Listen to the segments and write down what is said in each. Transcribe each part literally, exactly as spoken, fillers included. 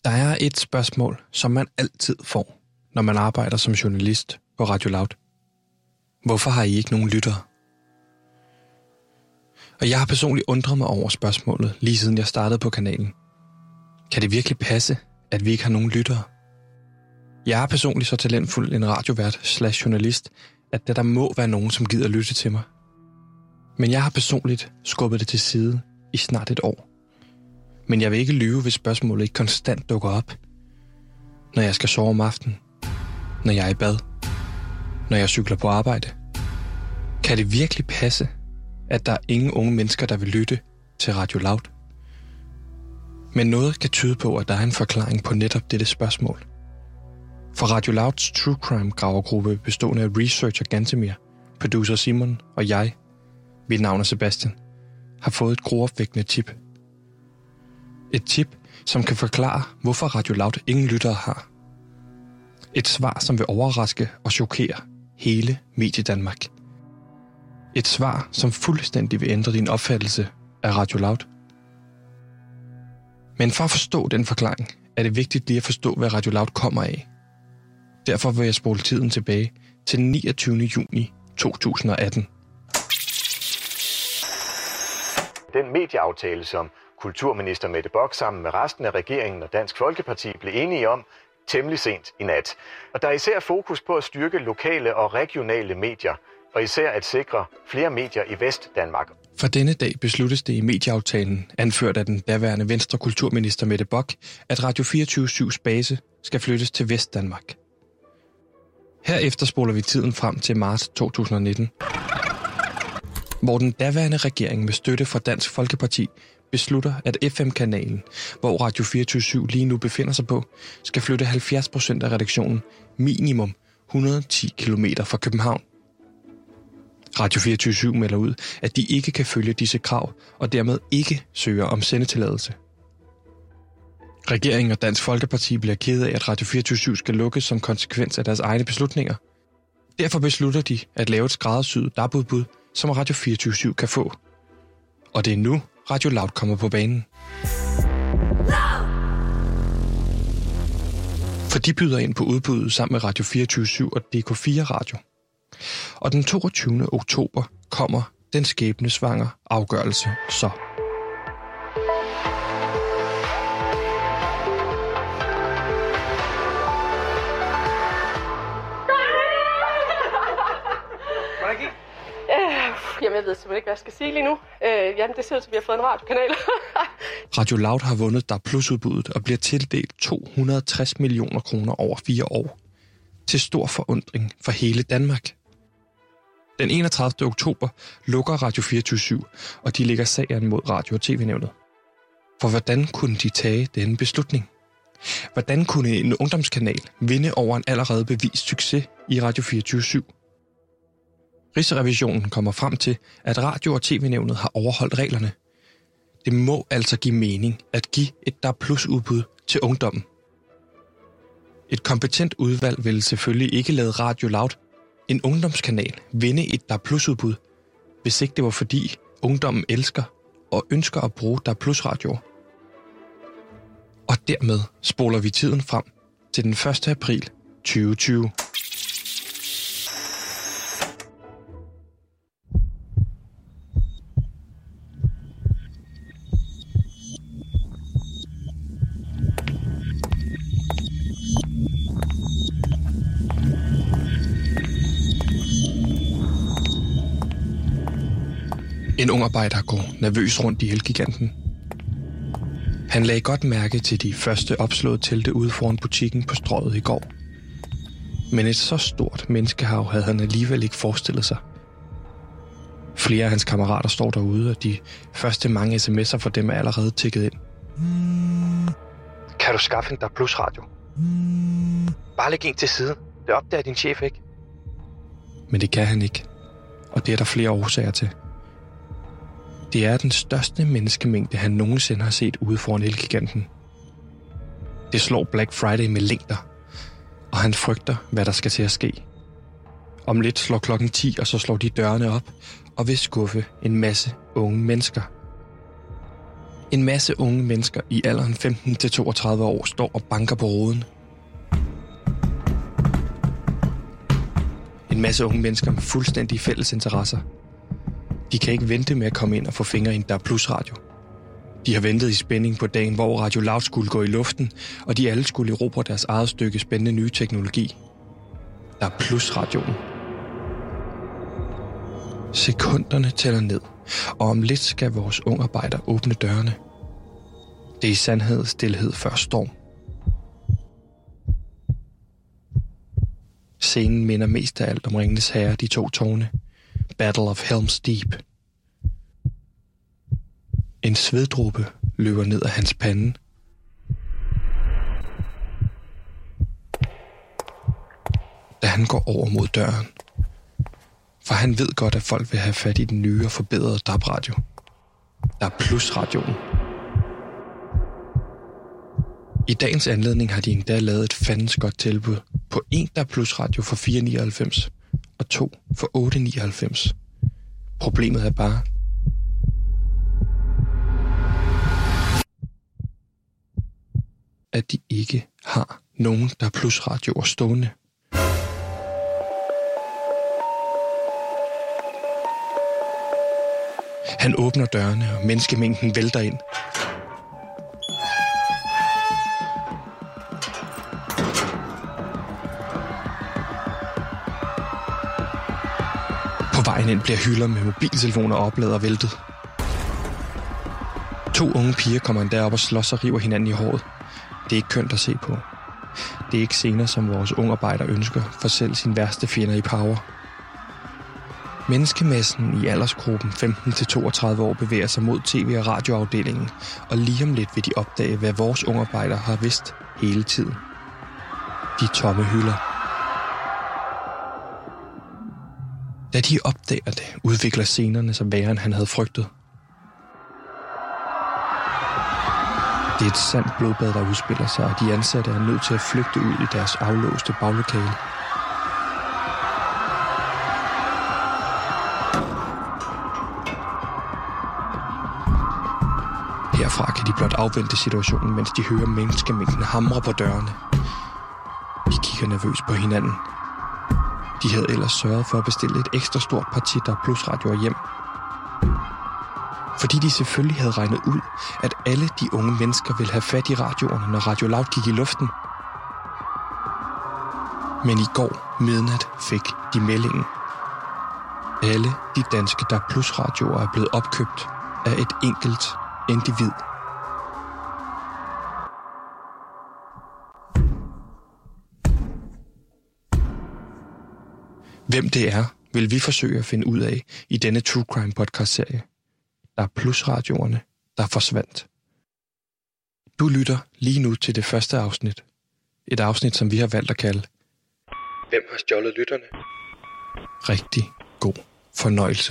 Der er et spørgsmål, som man altid får, når man arbejder som journalist på Radio Loud. Hvorfor har I ikke nogen lyttere? Og jeg har personligt undret mig over spørgsmålet, lige siden jeg startede på kanalen. Kan det virkelig passe, at vi ikke har nogen lyttere? Jeg er personligt så talentfuld en radiovært slash journalist, at der, der må være nogen, som gider lytte til mig. Men jeg har personligt skubbet det til side i snart et år. Men jeg vil ikke lyve, hvis spørgsmålet ikke konstant dukker op. Når jeg skal sove om aftenen. Når jeg er i bad. Når jeg cykler på arbejde. Kan det virkelig passe, at der er ingen unge mennesker, der vil lytte til Radio Loud? Men noget kan tyde på, at der er en forklaring på netop dette spørgsmål. For Radio Louds True Crime gravergruppe bestående af researcher Gantemir, producer Simon og jeg, mit navn er Sebastian, har fået et gruopvækkende tip. Et tip, som kan forklare, hvorfor Radio Loud ingen lyttere har. Et svar, som vil overraske og chokere hele Mediedanmark. Et svar, som fuldstændig vil ændre din opfattelse af Radio Loud. Men for at forstå den forklaring, er det vigtigt lige at forstå, hvad Radio Loud kommer af. Derfor vil jeg spole tiden tilbage til niogtyvende juni to tusind og atten. Den medieaftale, som kulturminister Mette Bock sammen med resten af regeringen og Dansk Folkeparti blev enige om temmelig sent i nat. Og der er især fokus på at styrke lokale og regionale medier, og især at sikre flere medier i Vestdanmark. For denne dag besluttes det i medieaftalen, anført af den daværende Venstre kulturminister Mette Bock, at Radio fireogtyve syvs base skal flyttes til Vestdanmark. Herefter spoler vi tiden frem til marts to tusind og nitten, hvor den daværende regering med støtte fra Dansk Folkeparti beslutter, at F M-kanalen, hvor Radio fireogtyve syv lige nu befinder sig på, skal flytte halvfjerds procent af redaktionen minimum et hundrede og ti kilometer fra København. Radio fireogtyve syv melder ud, at de ikke kan følge disse krav, og dermed ikke søger om sendetilladelse. Regeringen og Dansk Folkeparti bliver ked af, at Radio fireogtyve syv skal lukkes som konsekvens af deres egne beslutninger. Derfor beslutter de at lave et skræddersyet D A B-udbud, som Radio fireogtyve syv kan få. Og det er nu, Radio Loud kommer på banen. For de byder ind på udbuddet sammen med Radio fireogtyve syv og D K fire Radio. Og den toogtyvende oktober kommer den skæbnesvangre afgørelse så. Jamen, jeg ved simpelthen ikke, hvad jeg skal sige lige nu. Øh, jamen, det ser ud til, at vi har fået en radiokanal. Radio Loud har vundet D A B+-udbuddet og bliver tildelt to hundrede og tres millioner kroner over fire år. Til stor forundring for hele Danmark. Den enogtredivte oktober lukker Radio fireogtyve syv, og de lægger sagen mod Radio- og T V-nævnet. For hvordan kunne de tage denne beslutning? Hvordan kunne en ungdomskanal vinde over en allerede bevist succes i Radio fireogtyve syv? Rigsrevisionen kommer frem til, at Radio- og T V-nævnet har overholdt reglerne. Det må altså give mening at give et D A B+-udbud til ungdommen. Et kompetent udvalg ville selvfølgelig ikke lade Radio Loud, en ungdomskanal, vinde et D A B+-udbud, hvis ikke det var fordi ungdommen elsker og ønsker at bruge D A B+-radioer. Og dermed spoler vi tiden frem til den første april tyve tyve. En ung arbejder går nervøs rundt i Elgiganten. Han lagde godt mærke til de første opslåede telte ude foran butikken på Strøget i går. Men et så stort menneskehav havde han alligevel ikke forestillet sig. Flere af hans kammerater står derude, og de første mange sms'er for dem er allerede tikket ind. Kan du skaffe en D A B+-radio? Bare læg en til side. Det opdager din chef ikke. Men det kan han ikke. Og det er der flere årsager til. Det er den største menneskemængde, han nogensinde har set ude foran Elgiganten. Det slår Black Friday med længder, og han frygter, hvad der skal til at ske. Om lidt slår klokken ti, og så slår de dørene op og vil skuffe en masse unge mennesker. En masse unge mennesker i alderen femten til toogtredive år står og banker på ruden. En masse unge mennesker med fuldstændig fælles interesser. De kan ikke vente med at komme ind og få fingre i en D A B plus radio. De har ventet i spænding på dagen, hvor Radio Loud skulle gå i luften, og de alle skulle erobre deres eget stykke spændende nye teknologi. D A B plus radioen. Sekunderne tæller ned, og om lidt skal vores ungarbejder åbne dørene. Det er i sandhed stilhed før storm. Scenen minder mest af alt om Ringenes Herre, de to tårne. Battle of Helm's Deep. En sveddråbe løber ned af hans pande. Da han går over mod døren. For han ved godt, at folk vil have fat i den nye og forbedrede D A B-radio. D A B plus radioen. I dagens anledning har de endda lavet et fandens godt tilbud på en D A B plus radio for fire nioghalvfems og to for otte nioghalvfems. Problemet er bare, at de ikke har nogen D A B plus radioer stående. Han åbner dørene, og menneskemængden vælter ind. På vejen ind bliver hylder med mobiltelefoner opladet og væltet. To unge piger kommer endda op og slås og river hinanden i håret. Det er ikke kønt at se på. Det er ikke scener, som vores ungarbejder ønsker for selv sin værste fjender i power. Menneskemassen i aldersgruppen femten til toogtredive år bevæger sig mod tv- og radioafdelingen, og lige om lidt vil de opdage, hvad vores ungarbejder har vidst hele tiden. De tomme hylder. Da de opdager det, udvikler scenerne som værre, end han havde frygtet. Det er et sandt blodbad, der udspiller sig, og de ansatte er nødt til at flygte ud i deres aflåste baglokale. Herfra kan de blot afvente situationen, mens de hører menneskemængden hamre på dørene. De kigger nervøst på hinanden. De havde ellers sørget for at bestille et ekstra stort parti D A B plus radioer hjem. Fordi de selvfølgelig havde regnet ud, at alle de unge mennesker ville have fat i radioerne, når Radio Loud gik i luften. Men i går midnat fik de meldingen. Alle de danske D A B plus radioer er blevet opkøbt af et enkelt individ. Hvem det er, vil vi forsøge at finde ud af i denne True Crime podcast-serie. D A B plus radioerne, der forsvandt. Du lytter lige nu til det første afsnit. Et afsnit, som vi har valgt at kalde Hvem har stjålet lytterne? Rigtig god fornøjelse.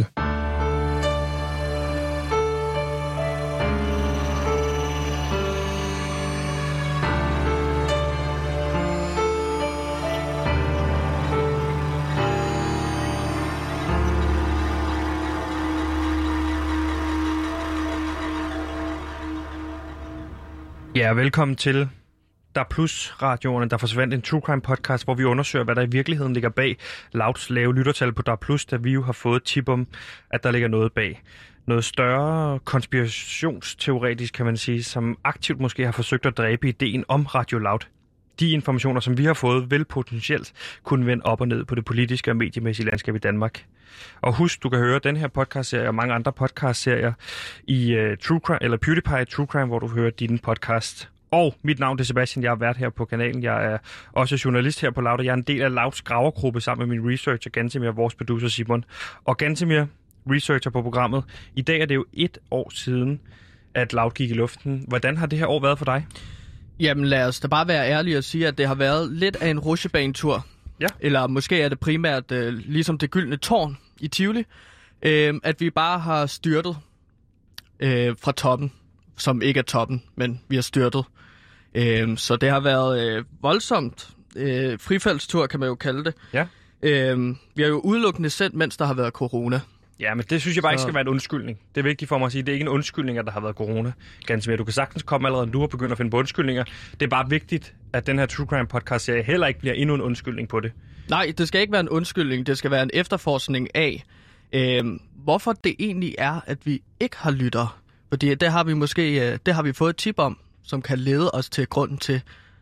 Ja, velkommen til D A B plus radioerne, der forsvandt, en True Crime podcast, hvor vi undersøger, hvad der i virkeligheden ligger bag Louds lave lyttertal på D A B plus, da vi jo har fået tip om, at der ligger noget bag. Noget større konspirationsteoretisk, kan man sige, som aktivt måske har forsøgt at dræbe ideen om Radio Loud. De informationer, som vi har fået, vil potentielt kunne vende op og ned på det politiske og mediemæssige landskab i Danmark. Og husk, du kan høre den her podcastserie og mange andre podcastserier i uh, True Crime, eller PewDiePie True Crime, hvor du hører din podcast. Og mit navn er Sebastian, jeg har været her på kanalen. Jeg er også journalist her på Loud, og jeg er en del af Louds gravergruppe sammen med min researcher Gantemir og vores producer Simon. Og Gantemir, researcher på programmet. I dag er det jo et år siden, at Loud gik i luften. Hvordan har det her år været for dig? Jamen lad os da bare være ærlige og sige, at det har været lidt af en rutsjebanetur. Ja. Eller måske er det primært øh, ligesom det gyldne tårn i Tivoli, øh, at vi bare har styrtet øh, fra toppen, som ikke er toppen, men vi har styrtet. Øh, så det har været øh, voldsomt. Øh, frifaldstur kan man jo kalde det. Ja. Øh, vi har jo udelukkende sendt, mens der har været corona. Ja, men det synes jeg bare så... ikke Så- skal være en undskyldning. Det er vigtigt for mig at sige, det er ikke en undskyldning, at der har været corona. Ganske mere. Du kan sagtens komme allerede nu og begynde at finde på undskyldninger. Det er bare vigtigt, at den her True Crime podcast serie heller ikke bliver endnu en undskyldning på det. Nej, det skal ikke være en undskyldning. Det skal være en efterforskning af, øh, hvorfor det egentlig er, at vi ikke har lyttere. Fordi det har vi måske øh, det har vi fået et tip om, som kan lede os til grunden til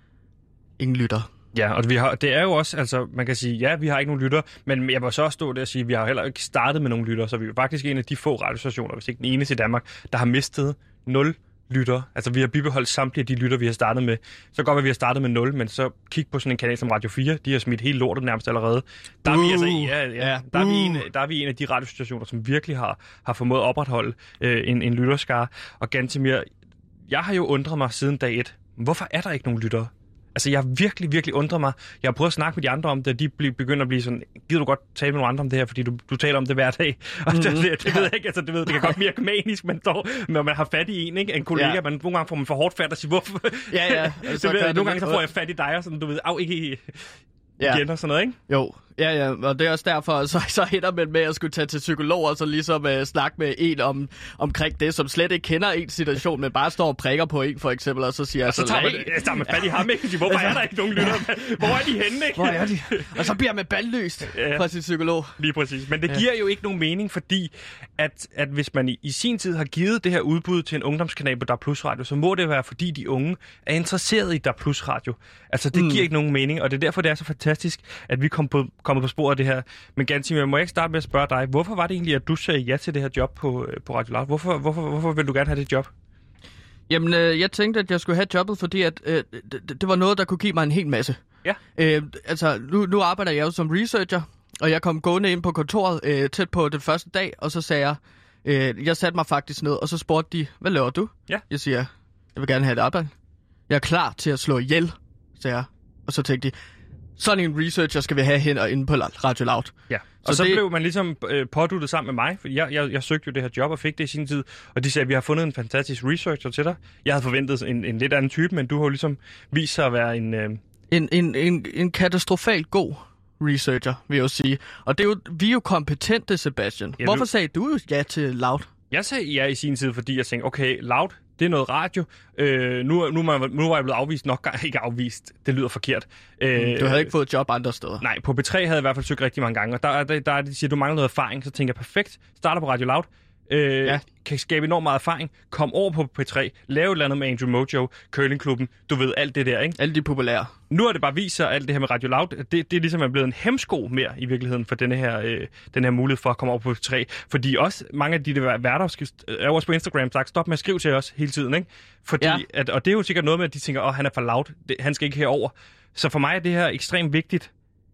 ingen lytter. Ja, og vi har, det er jo også, altså man kan sige, ja, vi har ikke nogen lytter, men jeg må så også stå der og sige, at vi har heller ikke startet med nogen lytter, så vi er faktisk en af de få radiostationer, hvis ikke den eneste i Danmark, der har mistet nul lytter. Altså vi har bibeholdt samtlige af de lytter, vi har startet med. Så godt, at vi har startet med nul, men så kig på sådan en kanal som Radio fire, de har smidt hele lortet nærmest allerede. Der er, uh, vi, altså, ja, ja, ja, der, er uh. vi en, der er vi en af de radiostationer, som virkelig har, har formået at opretholde øh, en, en lytterskare. Og ganske mere, jeg har jo undret mig siden dag et, hvorfor er der ikke nogen lyttere? Altså, jeg har virkelig, virkelig undret mig. Jeg har prøvet at snakke med de andre om det, og de begynder at blive sådan, gider du godt tale med nogle andre om det her, fordi du, du taler om det hver dag. Og mm-hmm. det, det, det ved jeg ikke, altså, det, ved, det kan godt virke manisk, men dog, når man har fat i en, ikke? En kollega, ja. Man nogle gange får man for hårdt fat og siger, hvorfor? Ja, ja. Så ved, nogle gange så får jeg fat i dig, og sådan, du ved, af, ikke ja. igen og sådan noget, ikke? Jo, ja, ja, og det er også derfor, så, så hænder man med at skulle tage til psykolog og så ligesom uh, snakke med en om, omkring det, som slet ikke kender en situation, men bare står og prikker på en, for eksempel, og så siger og så altså, tager man, jeg tager man fat i ham, ikke? Hvorfor er der ikke nogen lytter? Hvor er de henne, ikke? Hvor er de? Og så bliver man bandløst ja. fra sin psykolog. Lige præcis. Men det Ja. giver jo ikke nogen mening, fordi at, at hvis man i, i sin tid har givet det her udbud til en ungdomskanal på D A B plus Radio, så må det være, fordi de unge er interesseret i D A B plus Radio. Altså, det mm. giver ikke nogen mening, og det er derfor, det er så fantastisk, at vi kom på, kommer på sporet af det her. Men Gansimir, jeg må ikke starte med at spørge dig, hvorfor var det egentlig, at du sagde ja til det her job på, på Radio Loud? Hvorfor, hvorfor, hvorfor vil du gerne have det job? Jamen, øh, jeg tænkte, at jeg skulle have jobbet, fordi at, øh, det, det var noget, der kunne give mig en hel masse. Ja. Øh, altså, nu, nu arbejder jeg jo som researcher, og jeg kom gående ind på kontoret øh, tæt på den første dag, og så sagde jeg, øh, jeg satte mig faktisk ned, og så spurgte de, hvad laver du? Ja. Jeg siger, jeg vil gerne have et arbejde. Jeg er klar til at slå ihjel, sagde jeg. Og så tænkte de, sådan en researcher skal vi have hen og inde på Radio Loud. Ja, og så, så så det... blev man ligesom øh, påduttet sammen med mig, for jeg, jeg, jeg søgte jo det her job og fik det i sin tid, og de sagde, at vi har fundet en fantastisk researcher til dig. Jeg havde forventet en, en lidt anden type, men du har jo ligesom vist sig at være en... Øh... En, en, en, en katastrofalt god researcher, vil jeg jo sige. Og det er jo, vi er jo kompetente, Sebastian. Ja, Hvorfor du... sagde du ja til Loud? Jeg sagde ja i sin tid, fordi jeg tænkte, okay, Loud, det er noget radio. Øh, nu, nu, nu, nu var jeg blevet afvist nok gange. Ikke afvist, det lyder forkert. Øh, Du havde ikke fået job andre steder. Nej, på B tre havde jeg i hvert fald søgt rigtig mange gange, og der, der, der de siger, du mangler noget erfaring, så tænker jeg, perfekt, starter på Radio Loud, øh, Ja. kan skabe enormt meget erfaring, kom over på B tre, lave et eller andet med Andrew Mojo, Curlingklubben, du ved, alt det der, ikke? Alle de populære. Nu er det bare vist sig, alt det her med Radio Loud, det, det er ligesom er blevet en hemsko mere i virkeligheden for denne her, øh, den her mulighed for at komme over på B tre. Fordi også mange af de der værter skal, er også på Instagram sagt, stop med at skrive til os hele tiden, ikke? Fordi, Ja. at, og det er jo sikkert noget med, at de tænker, åh, han er for loud, det, han skal ikke herover. Så for mig er det her ekstremt vigtigt,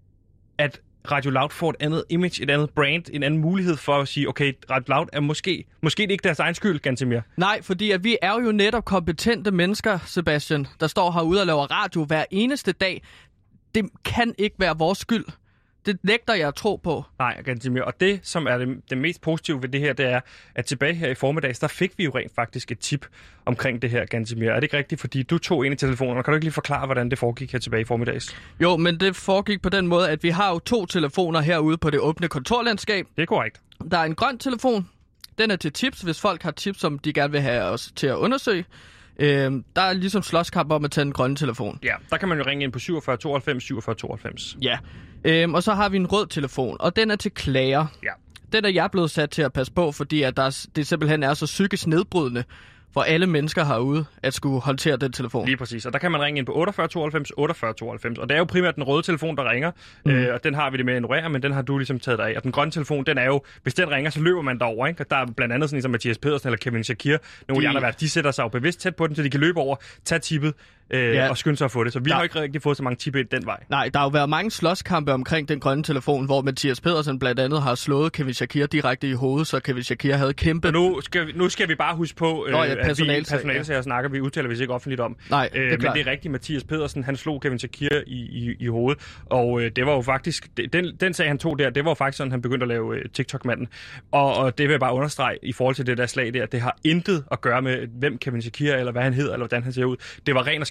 at Radio Loud får et andet image, et andet brand, en anden mulighed for at sige, okay, Radio Loud er måske, måske det ikke deres egen skyld, ganske mere. Nej, fordi at vi er jo netop kompetente mennesker, Sebastian, der står herude og laver radio hver eneste dag. Det kan ikke være vores skyld. Det nægter jeg at tro på. Nej, Gansimir. Og det, som er det, det mest positive ved det her, det er, at tilbage her i formiddags, der fik vi jo rent faktisk et tip omkring det her, Gansimir. Er det ikke rigtigt? Fordi du tog en i telefonen. Kan du ikke lige forklare, hvordan det foregik her tilbage i formiddags? Jo, men det foregik på den måde, at vi har jo to telefoner herude på det åbne kontorlandskab. Det er korrekt. Der er en grøn telefon. Den er til tips, hvis folk har tips, som de gerne vil have os til at undersøge. Øhm, der er ligesom slåskamp om at tage den grønne telefon. Ja, der kan man jo ringe ind på syvogfyrre tooghalvfems syvogfyrre tooghalvfems. Ja, øhm, og så har vi en rød telefon, og den er til klager. Ja. Den er jeg blevet sat til at passe på, fordi at der, er- det simpelthen er så psykisk nedbrydende for alle mennesker herude at skulle håndtere den telefon. Lige præcis. Og der kan man ringe ind på otteogfyrre tooghalvfems otteogfyrre tooghalvfems. Og det er jo primært den røde telefon, der ringer. Mm. Øh, og den har vi det med at ignorere, men den har du ligesom taget dig af. Og den grønne telefon, den er jo, hvis den ringer, så løber man derover, ikke? Og der er blandt andet sådan ligesom Mathias Pedersen eller Kevin Shakir, nogle af de De- andre værter, de sætter sig jo bevidst tæt på den, så de kan løbe over, tage tippet øh, Ja. og skynde sig at få det. Så vi Der- har jo ikke rigtig fået så mange tip ind den vej. Nej, der har jo været mange slåskampe omkring den grønne telefon, hvor Mathias Pedersen blandt andet har slået Kevin Shakir direkte i hovedet, så Kevin Shakir havde kæmpe... Og nu skal, vi, nu skal vi bare huske på, øh, Nå ja, at vi personalsag, personalsager snakker, vi udtaler vi ikke offentligt om. Nej, det er øh, men klart. det er rigtigt, Mathias Pedersen, han slog Kevin Shakir i, i, i hovedet, og øh, det var jo faktisk, det, den, den sag han tog der, det var jo faktisk sådan, han begyndte at lave øh, TikTok-manden. Og, og det vil jeg bare understrege i forhold til det der slag der, det har intet at gøre med, hvem Kevin Shakir eller hvad han hedder, eller hvordan han ser ud. Det var ren og skær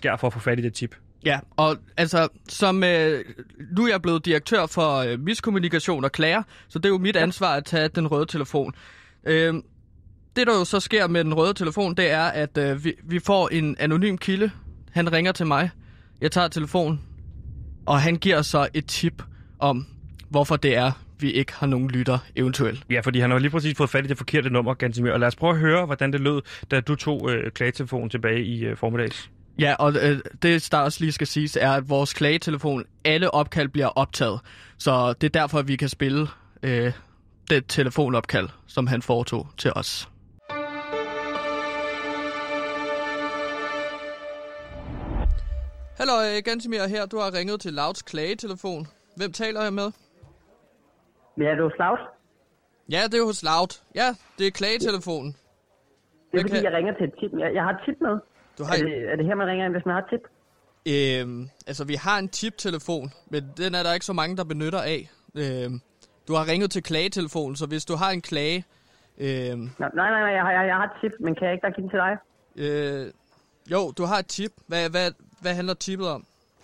skær for at få fat i det tip. Ja, og altså, som øh, nu er jeg blevet direktør for øh, miskommunikation og klager, så det er jo mit ansvar at tage den røde telefon. Øh, det, der jo så sker med den røde telefon, det er, at øh, vi, vi får en anonym kilde. Han ringer til mig. Jeg tager telefonen, og han giver så et tip om, hvorfor det er, vi ikke har nogen lytter eventuelt. Ja, fordi han har lige præcis fået fat i det forkerte nummer, Gansimir. Og lad os prøve at høre, hvordan det lød, da du tog øh, klagetelefonen tilbage i øh, formiddags. Ja, og øh, det, der også lige skal siges, er, at vores klagetelefon, alle opkald bliver optaget. Så det er derfor, vi kan spille øh, det telefonopkald, som han foretog til os. Hallo, Gansimir her. Du har ringet til Louds klagetelefon. Hvem taler jeg med? Ja, er du Slaus? Ja, det er hos Loud. Ja, det er klagetelefonen. Det er fordi, kan... jeg ringer til et tip. Jeg, jeg har et tip med. Du har... er, det, er det her, man ringer ind, hvis man har et tip? Øhm, altså, vi har en tip-telefon, men den er der ikke så mange, der benytter af. Øhm, du har ringet til klagetelefonen, så hvis du har en klage... Øhm... Nej, nej, nej, jeg har, jeg, jeg har et tip, men kan jeg ikke bare give den til dig? Øh... Jo, du har et tip. Hvad, hvad, hvad handler tippet om?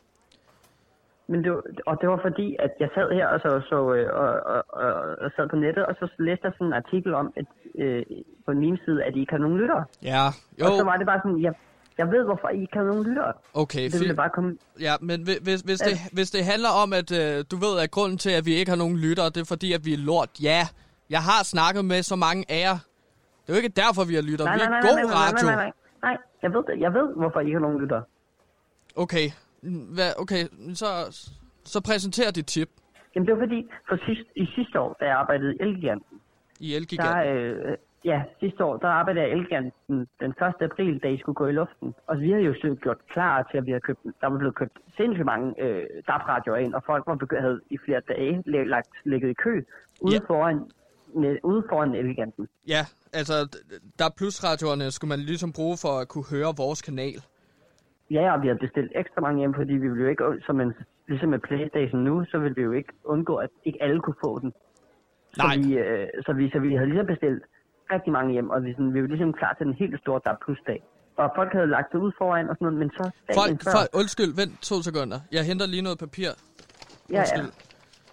Men det, og det var fordi, at jeg sad her og, så, så, øh, og, og, og, og sad på nettet, og så læste jeg sådan en artikel om, at øh, på min side, at I ikke har nogen lyttere. Ja, jo. Og så var det bare sådan, jeg, jeg ved, hvorfor I ikke har nogen lyttere. Okay, det ville bare komme... Ja, men hvis, hvis, det, hvis det handler om, at øh, du ved, at grunden til, at vi ikke har nogen lyttere, det er fordi, at vi er lort. Ja, jeg har snakket med så mange af jer. Det er jo ikke derfor, vi har lyttere. Nej, vi er nej, nej, god nej, nej, radio. nej, nej, nej, nej. Jeg ved det. Jeg ved, hvorfor I ikke har nogen lyttere. Okay, Hvad, okay, så, så præsenter dit tip. Jamen det var fordi, for sidst, i sidste år, da jeg arbejdede i Elgiganten. I Elgiganten? Der, øh, ja, sidste år, der arbejdede jeg i Elgiganten den første april, da I skulle gå i luften. Og vi havde jo så gjort klar til, at vi havde købt, der var blevet købt sindssygt mange øh, D A B-radioer ind, og folk var begyndt, havde i flere dage lagt, ligget i kø ude ja. foran, med, ude foran Elgiganten. Ja, altså der plusradioerne skulle man ligesom bruge for at kunne høre vores kanal. Ja, og vi har bestilt ekstra mange hjem, fordi vi ville jo ikke, som en, ligesom med PlayStation nu, så ville vi jo ikke undgå, at ikke alle kunne få den. Så Nej. vi, øh, så vi, så vi havde ligesom bestilt rigtig mange hjem, og vi, sådan, vi var ligesom klar til den helt store D A B plus-dag. Og folk havde lagt sig ud foran og sådan noget, men så dagen folk, før... folk, undskyld, vent to sekunder. Jeg henter lige noget papir. Ja, undskyld. ja.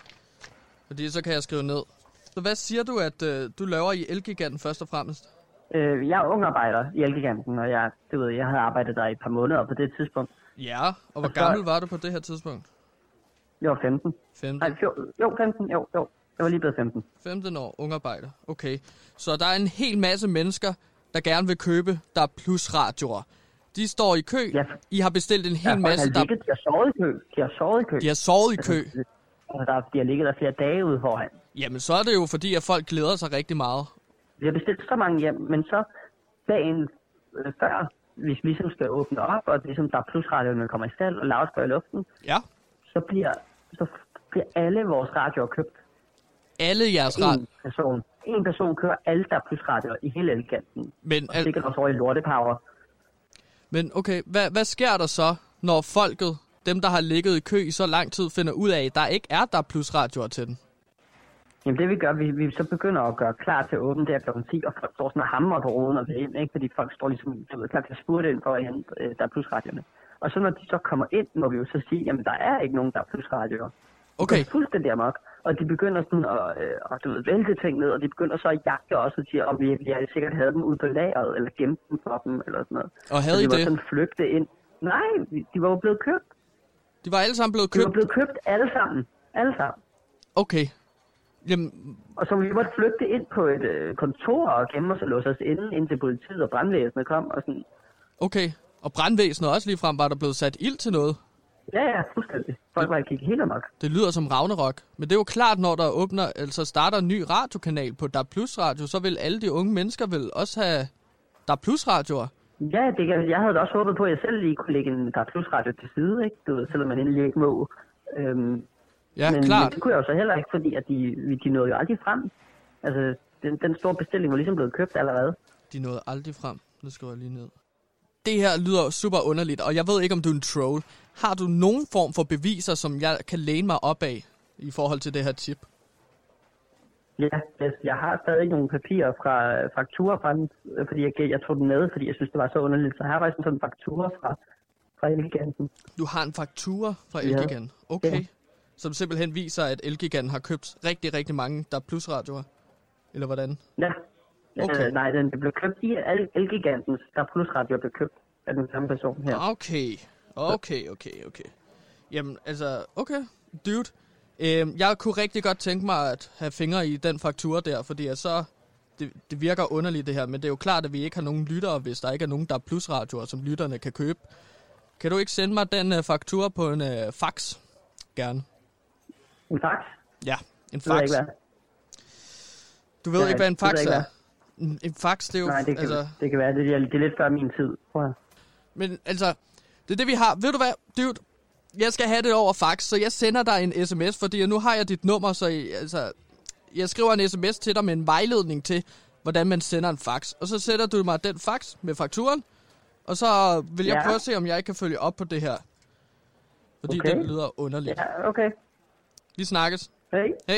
Fordi så kan jeg skrive ned. Så hvad siger du, at øh, du laver i Elgiganten først og fremmest? Øh, jeg er ungarbejder i Elgiganten, og jeg, du ved, jeg havde arbejdet der i et par måneder på det tidspunkt. Ja, og hvor og så, gammel var du på det her tidspunkt? Jeg var femten. femten? Nej, fjorten, jo, femten, jo, jo. Jeg var lige blevet femten. femten år, ungarbejder. Okay. Så der er en hel masse mennesker, der gerne vil købe der plusradioer. De står i kø. Ja. I har bestilt en hel ja, masse... Der... Ligget, de har sovet i kø. De har sovet i kø. De har sovet i kø. Altså, altså der, de har ligget der flere dage ude foran. Jamen, så er det jo fordi, at folk glæder sig rigtig meget. Vi har bestilt så mange hjem, men så dagen øh, før, hvis vi ligesom skal åbne op, og ligesom der er plusradioerne kommer i stald og lavt i luften, ja. så, bliver, så bliver alle vores radioer købt. Alle jeres radioer? En person. En person kører alle der plusradioer i hele Elgiganten. Men og sikkert også over i lortepower. Men okay, hvad, hvad sker der så, når folket, dem der har ligget i kø i så lang tid, finder ud af, at der ikke er der plusradioer til den? Jamen det vi gør, vi, vi så begynder at gøre klar til at åbne der klokken ti, og folk står sådan og hamrer på roden og vil ind, ikke? Fordi folk står ligesom du ved, klar til at spurte ind for at hente øh, der er plusradierne. Og så når de så kommer ind, må vi jo så sige, jamen der er ikke nogen der er plusradioer. Okay. Det er fuldstændig amok. Og de begynder sådan at, øh, at du ved, vælte ting ned, og de begynder så at jagte også og siger, om vi, vi har sikkert havde dem ude på lageret, eller gemt dem for dem, eller sådan noget. Og havde så I de var det? sådan flygte ind. Nej, de var jo blevet købt. De var alle sammen blevet købt? De var blevet købt alle sammen. Alle sammen. Okay. Jamen... Og så vi måtte flygte ind på et øh, kontor og gemme os og låse os inde, indtil politiet og brandvæsenet kom og sådan. Okay. Og brandvæsenet også ligefrem, var der blevet sat ild til noget? Ja, ja, fuldstændig. Folk var ikke helt amok. Det lyder som Ragnarok. Men det er jo klart, når der åbner, altså starter en ny radiokanal på D A B plus radio, så vil alle de unge mennesker vel også have D A B plus radioer. Ja, det, jeg havde da også håbet på, at jeg selv lige kunne lægge en D A B plus radio til side, ikke? Du ved, selvom man endelig ikke må. Øhm, ja, men, klart. Men det kunne jeg jo så heller ikke, fordi at de, de nåede jo aldrig frem. Altså, den, den store bestilling var ligesom blevet købt allerede. De nåede aldrig frem. Nu skriver jeg lige ned. Det her lyder super underligt, og jeg ved ikke, om du er en troll. Har du nogen form for beviser, som jeg kan læne mig op af i forhold til det her tip? Ja, jeg har stadig nogle papirer fra fakturer fra den, fordi jeg, jeg tog den med, fordi jeg synes, det var så underligt. Så her var sådan en faktura fra, fra Elgiganten. Du har en faktura fra Ja. Elgiganten? Okay. Ja. Som simpelthen viser, at Elgiganten har købt rigtig, rigtig mange der plus-radioer? Eller hvordan? Ja. Okay. Øh, nej, den blev købt i El- Elgigantens, der plusradio blev købt af den samme person her. Okay. Okay, okay, okay. Jamen, altså, okay. Dude. Øhm, jeg kunne rigtig godt tænke mig at have fingre i den faktura der, fordi at så... Det, det virker underligt det her, men det er jo klart, at vi ikke har nogen lyttere, hvis der ikke er nogen, der er plusradioer, som lytterne kan købe. Kan du ikke sende mig den uh, faktura på en uh, fax? Gerne. En fax? Ja, en Det ved jeg fax. ikke, hvad. Du ved Ja, ikke, hvad en det ved fax jeg ikke, er? En, en fax, det er jo... Nej, det kan, altså, det kan være, det er, det er lidt før min tid. Prøv at. men altså, det er det, vi har. Ved du hvad, dude? Jeg skal have det over fax, så jeg sender dig en sms, fordi nu har jeg dit nummer, så I, altså... Jeg skriver en sms til dig med en vejledning til, hvordan man sender en fax. Og så sætter du mig den fax med fakturen, og så vil jeg Ja. prøve at se, om jeg ikke kan følge op på det her. Fordi Okay. det lyder underligt. Ja, okay. Vi snakkes. Hej. Hej.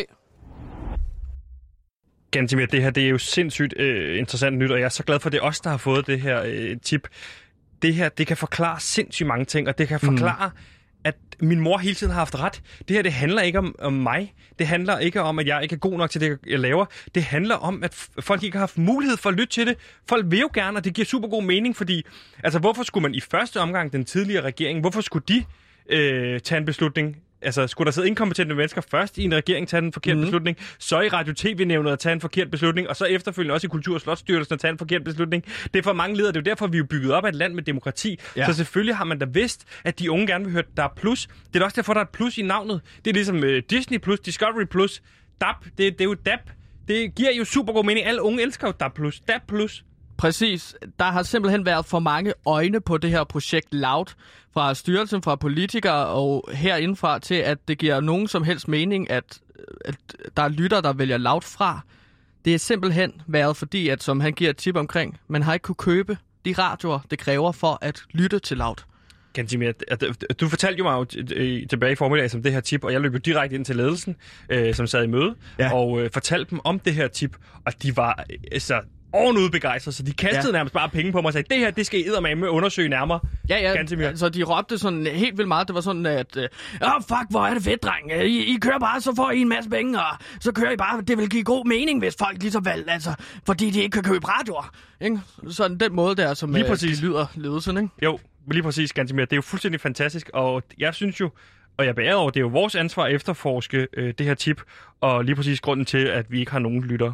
Gantimir, det her det er jo sindssygt øh, interessant nyt, og jeg er så glad for, at det er os, der har fået det her øh, tip. Det her, det kan forklare sindssygt mange ting, og det kan forklare, mm. at min mor hele tiden har haft ret. Det her, det handler ikke om, om mig. Det handler ikke om, at jeg ikke er god nok til det, jeg laver. Det handler om, at f- folk ikke har haft mulighed for at lytte til det. Folk vil jo gerne, og det giver super god mening, fordi altså, hvorfor skulle man i første omgang, den tidligere regering, hvorfor skulle de øh, tage en beslutning? Altså, skulle der sidde inkompetente mennesker først i en regering tage en forkert mm. beslutning, så i Radio-tv-nævnet at tage en forkert beslutning, og så efterfølgende også i Kultur- og Slotsstyrelsen at tage en forkert beslutning. Det er for mange ledere. Det er jo derfor, vi er bygget op af et land med demokrati. Ja. Så selvfølgelig har man da vidst, at de unge gerne vil høre, der er plus. Det er da også derfor, der er et plus i navnet. Det er ligesom uh, Disney plus, Discovery plus, D A B. Det, det er jo D A B. Det giver jo super god mening. Alle unge elsker jo D A B plus. D A B plus. Præcis. Der har simpelthen været for mange øjne på det her projekt Loud, fra styrelsen, fra politikere og herindefra til, at det giver nogen som helst mening, at, at der er lytter, der vælger Loud fra. Det er simpelthen været fordi, at som han giver et tip omkring, man har ikke kunne købe de radioer, det kræver for at lytte til Loud. Gantimir, du fortalte jo mig jo tilbage i formiddag som det her tip, og jeg løb jo direkte ind til ledelsen, øh, som sad i møde, ja. og øh, fortalte dem om det her tip, og de var altså ovenud begejstrede, så de kastede ja. nærmest bare penge på mig og sagde, det her, det skal I eddermame undersøge nærmere. Ja, ja, Gantimir. altså de råbte sådan helt vildt meget. Det var sådan, at åh, oh, fuck, hvor er det fedt, dreng. I, I kører bare, så får I en masse penge, og så kører I bare. Det vil give god mening, hvis folk lige så valgt, altså, fordi de ikke kan købe radioer. Ikke? Sådan den måde der, som lige præcis. De lyder ledelsen, ikke? Jo, lige præcis, Gantimir. Det er jo fuldstændig fantastisk, og jeg synes jo, og jeg bærer over, det er jo vores ansvar at efterforske øh, det her tip, og lige præcis grunden til, at vi ikke har nogen lytter.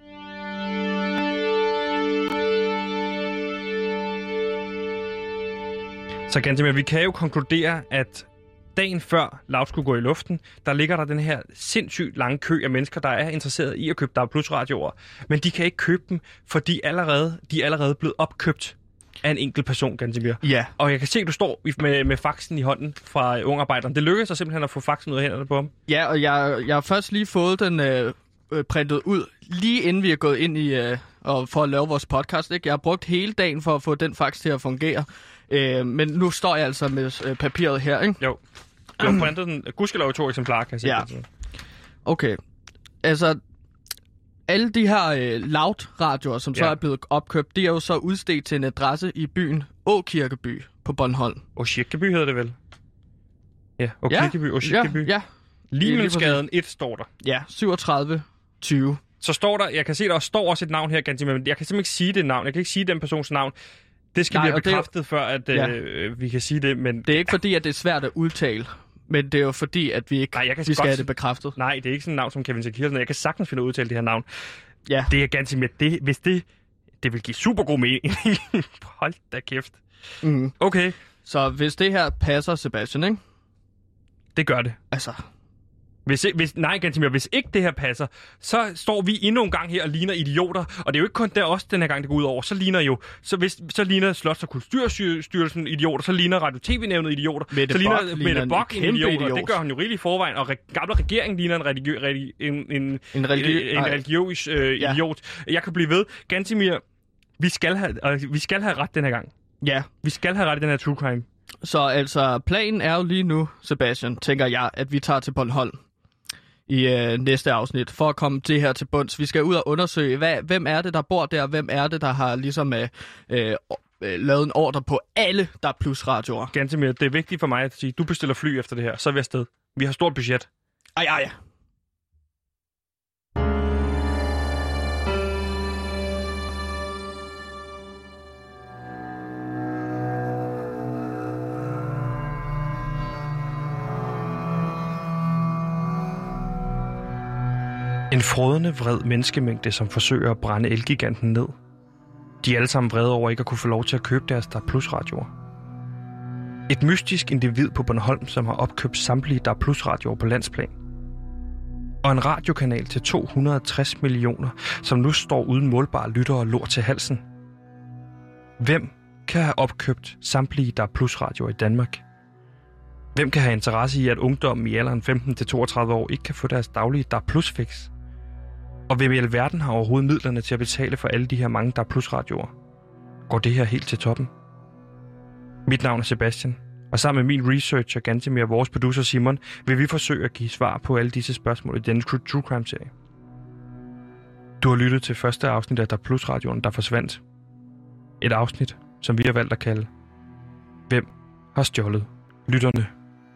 Så Gantimir, vi kan jo konkludere, at dagen før Loud skulle gå i luften, der ligger der den her sindssygt lange kø af mennesker, der er interesseret i at købe D A B plus radioer. Men de kan ikke købe dem, for de er allerede, de er allerede blevet opkøbt af en enkelt person, Gantimir. Ja. Og jeg kan se, at du står med, med faxen i hånden fra ungarbejderen. Det lykkedes sig simpelthen at få faxen ud af hænderne på ham. Ja, og jeg, jeg har først lige fået den øh, printet ud, lige inden vi er gået ind i øh, og for at lave vores podcast. Ikke? Jeg har brugt hele dagen for at få den fax til at fungere. Øh, men nu står jeg altså med øh, papiret her, ikke? Jo. Du har printet den. Gudskelov i to eksemplarer, kan jeg sige. Ja. Okay. Altså, alle de her øh, Loud-radioer, som så ja. er blevet opkøbt, de er jo så udstedt til en adresse i byen Åkirkeby på Bornholm. Åkirkeby hedder det vel? Ja, Åkirkeby, Åkirkeby. Ja, ja. Limensgaden et står der. Ja, syvogtredive tyve. Så står der, jeg kan se, der står også et navn her, Gantimir, men jeg kan simpelthen ikke sige det navn. Jeg kan ikke sige den persons navn. Det skal Nej, vi have bekræftet, det, før at ja. øh, vi kan sige det, men... Det er ikke fordi, at det er svært at udtale, men det er jo fordi, at vi ikke Nej, jeg kan vi skal godt... have det bekræftet. Nej, det er ikke sådan et navn som Kevin Sekirsen. Jeg kan sagtens finde ud af at udtale det her navn. Ja. Det er Gantimir, det, hvis det... Det vil give super god mening. Hold da kæft. Mm. Okay. Så hvis det her passer, Sebastian, ikke? Det gør det. Altså... Hvis, hvis, nej, Gantimir, hvis ikke det her passer, så står vi endnu en gang her og ligner idioter. Og det er jo ikke kun der også den her gang, det går ud over. Så ligner jo, så, hvis, så ligner Slots- og Kulturstyrelsen idioter, så ligner Radio-tv-nævnet idioter, Mette så ligner Bock, Mette Bock idioter. idiot. Det gør han jo rigtig i forvejen. Og re- gamle regering ligner en, religi- religi- en, en, en, religi- en, en religiøs øh, ja. idiot. Jeg kan blive ved. Gantimir, vi skal, have, øh, vi skal have ret den her gang. Ja. Vi skal have ret i den her true crime. Så altså, planen er jo lige nu, Sebastian, tænker jeg, at vi tager til Bornholm i øh, næste afsnit, for at komme det her til bunds. Vi skal ud og undersøge, hvad, hvem er det, der bor der, hvem er det, der har ligesom øh, øh, øh, lavet en ordre på alle der er plus radioer. Gantemir, det er vigtigt for mig at sige, du bestiller fly efter det her, så er vi afsted. Vi har stort budget. Ej, ej, ej. En frådende vred menneskemængde, som forsøger at brænde Elgiganten ned. De er alle sammen vrede over ikke at kunne få lov til at købe deres D A B plus radioer. Et mystisk individ på Bornholm, som har opkøbt samtlige D A B plus radioer på landsplan. Og en radiokanal til to hundrede og tres millioner, som nu står uden målbare lyttere og lort til halsen. Hvem kan have opkøbt samtlige D A B plus radioer i Danmark? Hvem kan have interesse i, at ungdommen i alderen femten til toogtredive år ikke kan få deres daglige D A B plus fix? Og hvem i alverden har overhovedet midlerne til at betale for alle de her mange D A B plus radioer? Går det her helt til toppen? Mit navn er Sebastian, og sammen med min researcher Gantemir og vores producer Simon, vil vi forsøge at give svar på alle disse spørgsmål i denne True Crime-serie. Du har lyttet til første afsnit af D A B plus radioen, der forsvandt. Et afsnit, som vi har valgt at kalde Hvem har stjålet lytterne?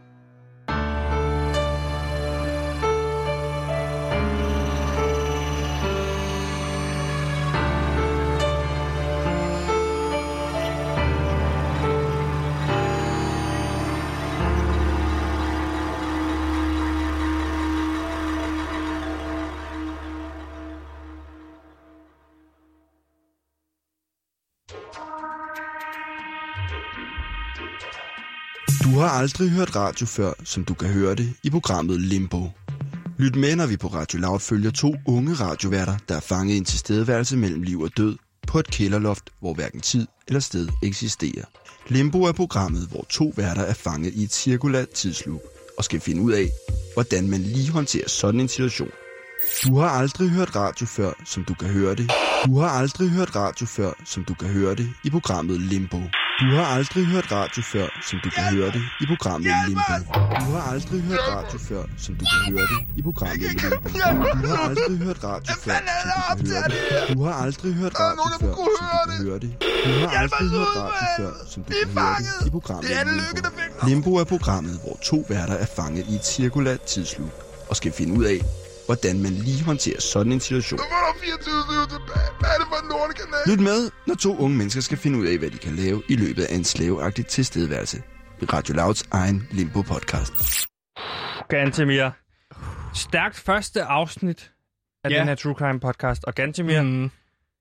Du har aldrig hørt radio før, som du kan høre det i programmet Limbo. Lyt med, når vi på Radio Loud følger to unge radioværter, der er fanget i en tilstedeværelse mellem liv og død på et kælderloft, hvor hverken tid eller sted eksisterer. Limbo er programmet, hvor to værter er fanget i et cirkulært tidsloop og skal finde ud af, hvordan man lige håndterer sådan en situation. Du har aldrig hørt radio før, som du kan høre det. Du har aldrig hørt radio før, som du kan høre det i programmet Limbo. Du har aldrig hørt radio før, som du kan høre det i programmet Limbo. Du har aldrig hørt radio før, som du kan høre det i programmet Limbo. Du har aldrig hørt radio før, som du kan høre det. Du har aldrig hørt radio før, som du kan høre det. Du har aldrig hørt radio før, som du kan høre det i programmet Limbo. Limbo er programmet, hvor to værter er fanget i et cirkulært tidsloop og skal finde ud af, hvordan man lige håndterer sådan en situation. Lyt med, når to unge mennesker skal finde ud af, hvad de kan lave i løbet af en slaveagtig tilstedeværelse. Radio Louds egen Limbo-podcast. Gantemir. Stærkt første afsnit af ja. den her True Crime podcast. Og Gantemir, mm.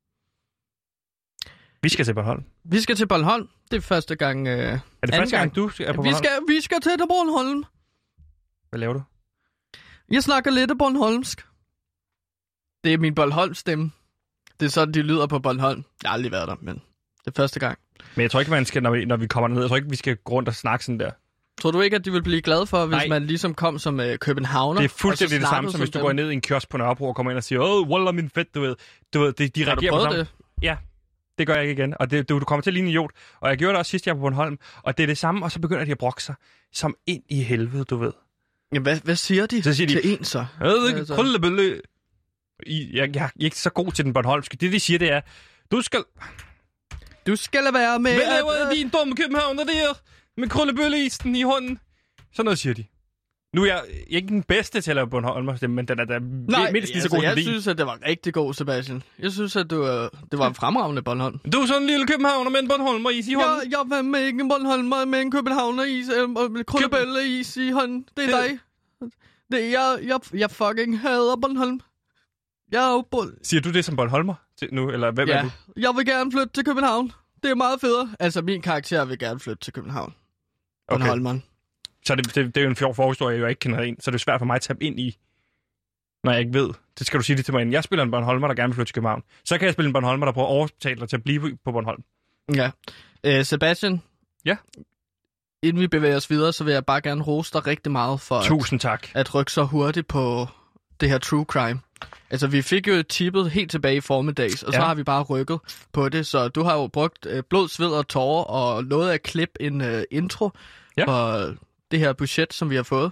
vi skal til Bornholm. Vi skal til Bornholm. Det er første gang... Øh, er det første gang, gang, du er på vi Bornholm? Skal, vi skal til Bornholm. Hvad laver du? Jeg snakker lidt af bornholmsk. Det er min Bornholm-stemme. Det er sådan, de lyder på Bornholm. Jeg har aldrig været der, men det er første gang. Men jeg tror ikke, man skal, når vi, når vi kommer derned, jeg tror ikke, vi skal gå rundt og snakke sådan der. Tror du ikke, at de vil blive glade for, hvis Nej. man ligesom kom som uh, københavner? Det er fuldstændig det samme, som hvis du dem. går ned i en kiosk på Nørrebro og kommer ind og siger, åh, wallah min fedt, du ved. Du ved, de, de har reagerer du på prøvet det? Ja, det gør jeg ikke igen. Og det, du, du kommer til at ligne en idiot. Og jeg gjorde det også sidst, jeg var på Bornholm. Og det er det samme, og så begynder de at brokke sig som ind i helvede, du ved. Ja, hvad, hvad siger de, så siger de til en så? Jeg ved ikke, altså. Krøllebølle. Jeg, jeg er ikke så god til den bornholmske. Det, de siger, det er, du skal... Du skal lade være med... Hvad laver at... din dumme københavner der med krøllebølleisen i hånden? Sådan noget siger de. Nu er jeg ikke den bedste til at lave bornholmerstemme, men den er da Nej, mindst lige altså, så god jeg som synes, at det var rigtig god, Sebastian. Jeg synes, at du, uh, det var en fremragende Bornholm. Du er sådan en lille københavner med en bornholmer-is i hånden. Ja, jeg var med ikke en bornholmer med en københavner-is øh, med krøllebølle-is i hånden. Det er det... dig. Det, jeg, jeg, jeg fucking hader Bornholm. Jeg er jo bund. Siger du det som bornholmer nu, eller hvem ja, er du? Jeg vil gerne flytte til København. Det er meget federe. Altså, min karakter vil gerne flytte til København. Bornholmeren. Okay. Så det, det, det er jo en fjord forhistorie, jeg jo ikke kender en, så det er svært for mig at tabe ind i, når jeg ikke ved. Det skal du sige det til mig inden. Jeg spiller en bornholmer, der gerne vil flytte til København. Så kan jeg spille en bornholmer, der prøver at overtale dig til at blive på Bornholm. Ja. Øh, Sebastian? Ja? Inden vi bevæger os videre, så vil jeg bare gerne rose dig rigtig meget for Tusind tak. At, at rykke så hurtigt på det her true crime. Altså, vi fik jo tippet helt tilbage i formiddags, og ja. så har vi bare rykket på det. Så du har jo brugt øh, blod, sved og tårer og lovet at klippe en øh, intro ja. for det her budget, som vi har fået.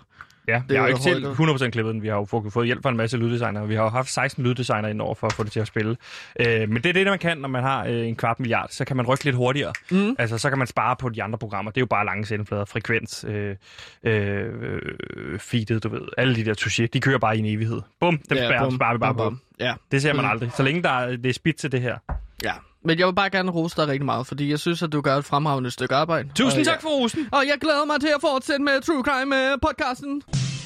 Ja, Det jeg er har jo jo ikke selv højt. hundrede procent klippet den. Vi har jo fået fået hjælp fra en masse lyddesignere. Vi har jo haft seksten lyddesignere ind over for at få det til at spille. Øh, men det er det, man kan, når man har øh, en kvart milliard. Så kan man rykke lidt hurtigere. Mm. Altså, så kan man spare på de andre programmer. Det er jo bare lange sendeflader, frekvens, øh, øh, feedet, du ved. Alle de der touché, de kører bare i en evighed. Bum, dem Ja, sparer, bum, sparer vi bare bum, på. bum. Ja. Det ser man Mm. aldrig. Så længe der er, det er spidt til det her. Ja, men jeg vil bare gerne rose dig rigtig meget, fordi jeg synes, at du gør et fremragende stykke arbejde. Tusind og, tak for rosen. Og jeg glæder mig til at fortsætte med True Crime-podcasten.